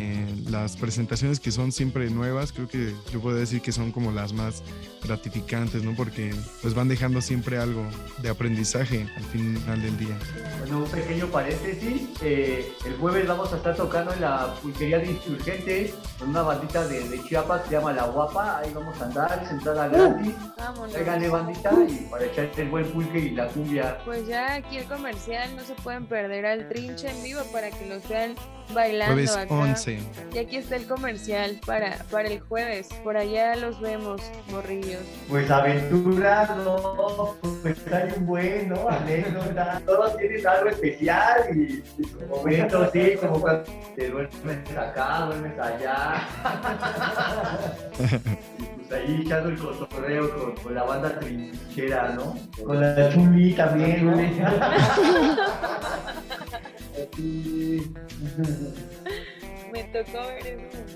las presentaciones que son siempre nuevas, creo que yo puedo decir que son como las más gratificantes, ¿no? Porque pues van dejando siempre algo de aprendizaje al final del día. Bueno, un pequeño paréntesis, el jueves vamos a estar tocando en la pulquería de Insurgentes con una bandita de Chiapas que se llama La Guapa, ahí vamos a andar, es entrada gratis, tráiganle bandita y para echar el buen pulque y la cumbia. Pues ya aquí el comercial, no se pueden perder al Trinche en vivo para que los vean bailando jueves acá. 11. Y aquí está el comercial para el jueves, por allá los vemos, morrillos. Pues aventuras, ¿no? Pues hay un buen, ¿no? Anécdota. Todos tienen algo especial y su momento, sí, como cuando te duermes acá, duermes allá. Y pues ahí echando el cotorreo con la banda trinchera, ¿no? Con la Chuli también, ¿no? Me tocó ver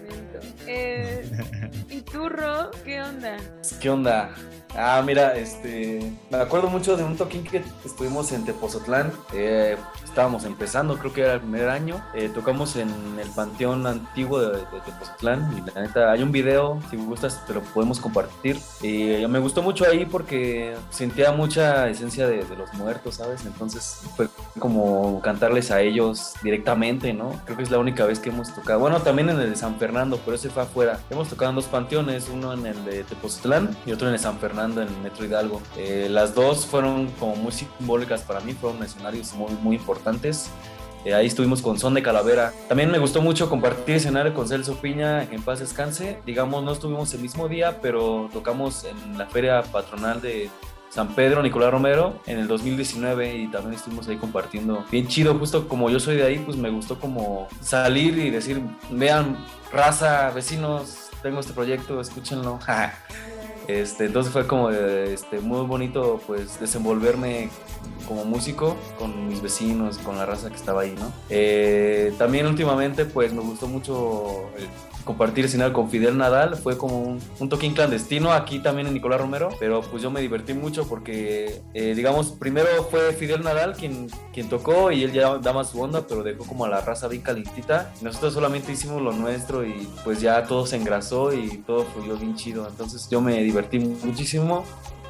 ese momento. ¿Y tú, Ro? ¿Qué onda? ¿Qué onda? Mira, me acuerdo mucho de un toquín que estuvimos en Tepozotlán. Estábamos empezando, creo que era el primer año. Tocamos en el panteón antiguo de Tepozotlán y la neta hay un video, si gustas te lo podemos compartir. Me gustó mucho ahí porque sentía mucha esencia de los muertos, ¿sabes? Entonces fue como cantarles a ellos directamente, ¿no? Creo que es la única vez que hemos tocado. Bueno, también en el de San Fernando, pero ese fue afuera. Hemos tocado en dos panteones, uno en el de Tepozotlán y otro en el San Fernando, en el Metro Hidalgo. Las dos fueron como muy simbólicas para mí, fueron escenarios muy importantes. Ahí estuvimos con Son de Calavera. También me gustó mucho compartir escenario con Celso Piña, en paz descanse. Digamos, no estuvimos el mismo día, pero tocamos en la feria patronal de San Pedro Nicolás Romero en el 2019 y también estuvimos ahí compartiendo. Bien chido, justo como yo soy de ahí, pues me gustó como salir y decir, vean, raza, vecinos, tengo este proyecto, escúchenlo. Entonces fue como muy bonito pues desenvolverme como músico con mis vecinos, con la raza que estaba ahí, ¿no? También últimamente pues me gustó mucho compartir escenario con Fidel Nadal, fue como un toquín clandestino aquí también en Nicolás Romero, pero pues yo me divertí mucho porque digamos primero fue Fidel Nadal quien tocó y él ya daba su onda, pero dejó como a la raza bien calentita. Nosotros solamente hicimos lo nuestro y pues ya todo se engrasó y todo fluyó bien chido, entonces yo me divertí muchísimo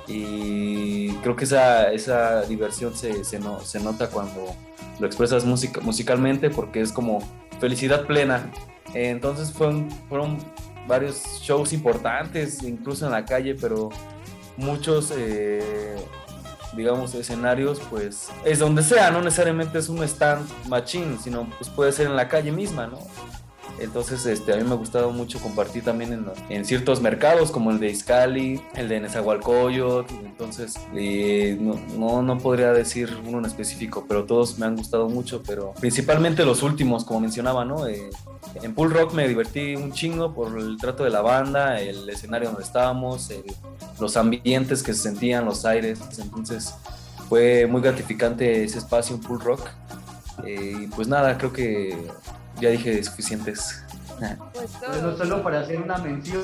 y creo que esa diversión se nota cuando lo expresas musicalmente porque es como felicidad plena. Entonces fueron varios shows importantes, incluso en la calle, pero muchos, digamos, escenarios, pues es donde sea, no necesariamente es un stand machín, sino pues puede ser en la calle misma, ¿no? Entonces a mí me ha gustado mucho compartir también en ciertos mercados como el de Izcalli, el de Nezahualcóyotl. Entonces no podría decir uno en específico, pero todos me han gustado mucho, pero principalmente los últimos, como mencionaba, ¿no? En Pool Rock me divertí un chingo por el trato de la banda, el escenario donde estábamos, los ambientes que se sentían, los aires. Entonces fue muy gratificante ese espacio en Full Rock. Y pues nada, creo que ya dije suficientes. Pues Bueno, solo para hacer una mención,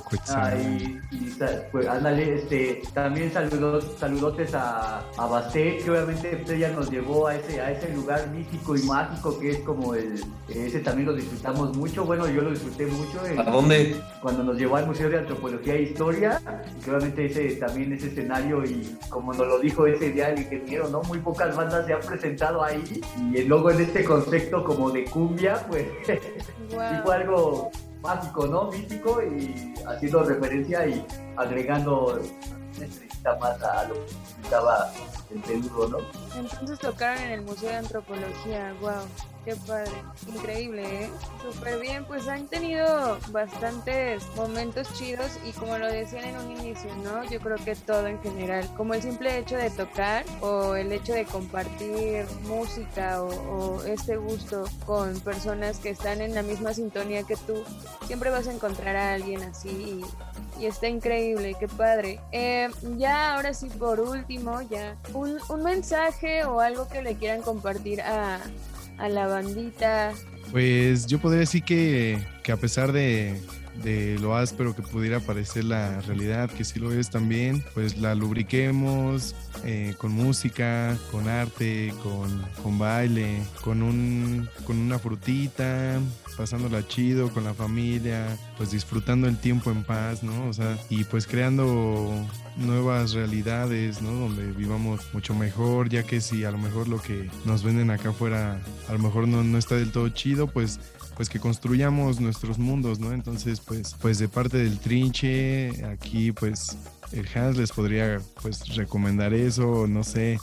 pues ándale, también saludotes a Bastet, que obviamente ella nos llevó a ese lugar místico y mágico que es como ese también lo disfrutamos mucho, bueno, yo lo disfruté mucho. ¿A dónde? Cuando nos llevó al Museo de Antropología e Historia, que obviamente ese escenario y como nos lo dijo ese día el ingeniero, ¿no? Muy pocas bandas se han presentado ahí y luego en este concepto como de cumbia, pues wow. y fue algo mágico, ¿no? Místico y haciendo referencia y agregando una estrellita más a lo que estaba el peludo, ¿no? Entonces tocaron en el Museo de Antropología, wow, qué padre, increíble, ¿eh? Súper bien, pues han tenido bastantes momentos chidos y como lo decían en un inicio, ¿no? Yo creo que todo en general, como el simple hecho de tocar o el hecho de compartir música o este gusto con personas que están en la misma sintonía que tú, siempre vas a encontrar a alguien así y está increíble, qué padre. Ya ahora sí, por último, ya un mensaje o algo que le quieran compartir a la bandita. Pues yo podría decir que a pesar de lo áspero que pudiera parecer la realidad, que sí lo es también, pues la lubriquemos con música, con arte, con baile, con una frutita, pasándola chido con la familia, pues disfrutando el tiempo en paz, ¿no? O sea, y pues creando nuevas realidades, ¿no? Donde vivamos mucho mejor, ya que si a lo mejor lo que nos venden acá afuera a lo mejor no está del todo chido, pues que construyamos nuestros mundos, ¿no? Entonces, pues de parte del Trinche, aquí pues el Hans les podría pues recomendar eso, no sé,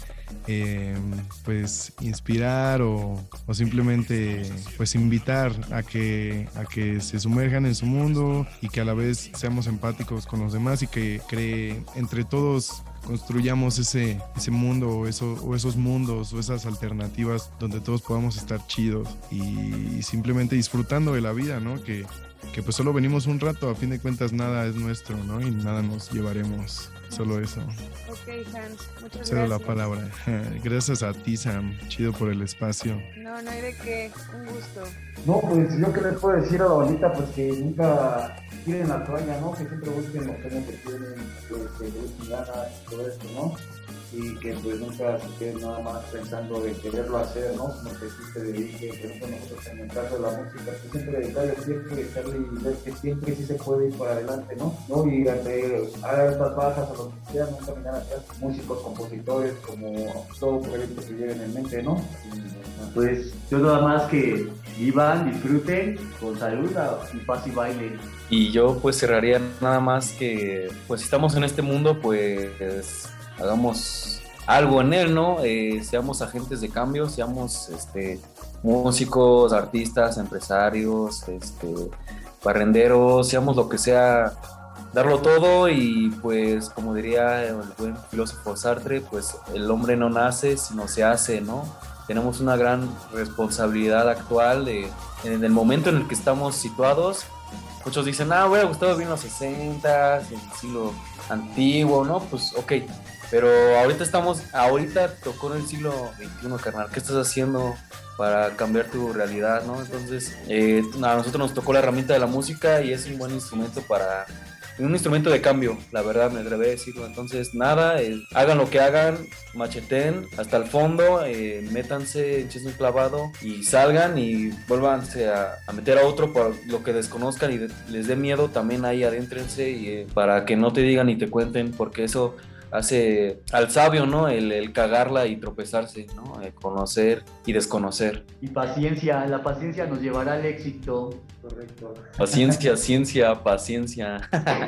pues inspirar o simplemente pues invitar a que se sumerjan en su mundo y que a la vez seamos empáticos con los demás y que entre todos construyamos ese mundo o esos mundos o esas alternativas donde todos podamos estar chidos y simplemente disfrutando de la vida, ¿no? Que pues solo venimos un rato, a fin de cuentas nada es nuestro, ¿no? Y nada nos llevaremos, solo eso. Ok, Hans, muchas Cedo gracias. la palabra. Gracias a ti, Sam, chido por el espacio. No hay de qué, un gusto. No, pues yo que les puedo decir a la bandita, pues que nunca tiren la toalla, ¿no? Que siempre busquen los temas que tienen, que busquen ganas y todo esto, ¿no? Y que pues nunca se queden nada más pensando en quererlo hacer, ¿no? Como que sí se dedique, por ejemplo nosotros en el caso de la música, pues siempre dedicarle siempre, echarle y ver que siempre sí se puede ir para adelante, ¿no? Y ante estas bajas o lo que sea, nunca mirar atrás, músicos, compositores, como todo proyecto que lleven en mente, ¿no? Pues yo nada más que vivan, disfruten, con salud y paz y baile. Y yo pues cerraría nada más que pues si estamos en este mundo pues hagamos algo en él, ¿no? Seamos agentes de cambio, seamos músicos, artistas, empresarios, barrenderos, seamos lo que sea, darlo todo y pues como diría el buen filósofo Sartre, pues el hombre no nace sino se hace, ¿no? Tenemos una gran responsabilidad actual en el momento en el que estamos situados. Muchos dicen, hubiera gustado vivir en los 60s, en el siglo antiguo, ¿no? Pues ok, pero ahorita tocó en el siglo XXI, carnal. ¿Qué estás haciendo para cambiar tu realidad, no? Entonces, a nosotros nos tocó la herramienta de la música y es un buen instrumento un instrumento de cambio, la verdad, me atreví a decirlo. Entonces, nada, hagan lo que hagan, macheten hasta el fondo, métanse, echen un clavado y salgan y vuélvanse a meter a otro por lo que desconozcan y les dé miedo, también ahí adéntrense y, para que no te digan ni te cuenten, porque eso hace al sabio, ¿no? El cagarla y tropezarse, ¿no? El conocer y desconocer. Y paciencia, la paciencia nos llevará al éxito. Correcto. Paciencia, ciencia, paciencia,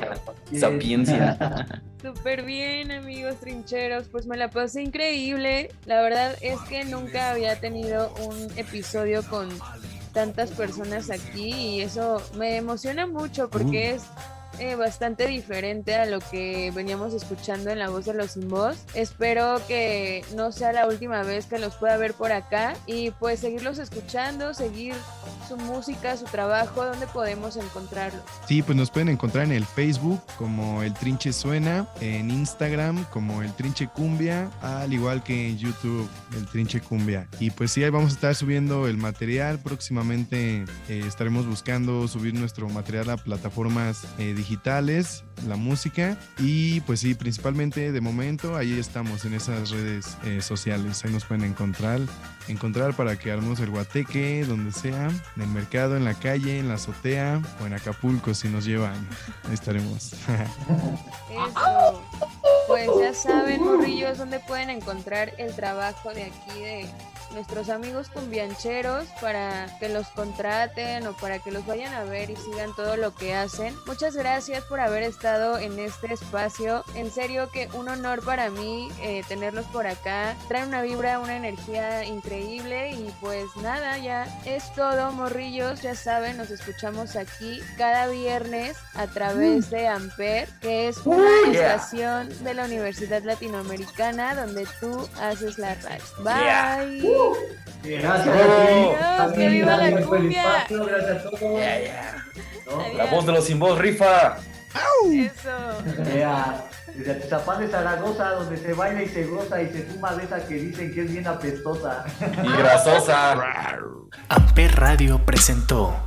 sapiencia. Súper bien, amigos trincheros, pues me la pasé increíble. La verdad es que nunca había tenido un episodio con tantas personas aquí y eso me emociona mucho porque bastante diferente a lo que veníamos escuchando en La Voz de los Sin Voz. Espero que no sea la última vez que los pueda ver por acá y pues seguirlos escuchando, seguir su música, su trabajo. ¿Dónde podemos encontrarlos? Sí, pues nos pueden encontrar en el Facebook como El Trinche Suena, en Instagram como El Trinche Cumbia, al igual que en YouTube El Trinche Cumbia. Y pues sí, ahí vamos a estar subiendo el material. Próximamente estaremos buscando subir nuestro material a plataformas digitales, la música, y pues sí, principalmente de momento ahí estamos en esas redes sociales. Ahí nos pueden encontrar para que armemos el guateque, donde sea, en el mercado, en la calle, en la azotea o en Acapulco si nos llevan. Ahí estaremos. Eso. Pues ya saben, morrillos, dónde pueden encontrar el trabajo de aquí de nuestros amigos cumbiancheros para que los contraten o para que los vayan a ver y sigan todo lo que hacen. Muchas gracias por haber estado en este espacio. En serio que un honor para mí tenerlos por acá. Traen una vibra, una energía increíble y pues nada, ya es todo, morrillos. Ya saben, nos escuchamos aquí cada viernes a través de Amper, que es una estación de la Universidad Latinoamericana donde tú haces la radio. Bye. Gracias. Adiós, que viva la cumbia. Gracias a todos. ¿No? La Voz de los Sin Voz rifa. Eso. Desde Atizapán de Zaragoza, donde se baila y se goza y se fuma de esa que dicen que es bien apestosa y grasosa. Amper Radio presentó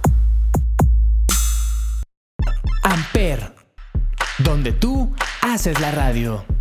Amper, donde tú haces la radio.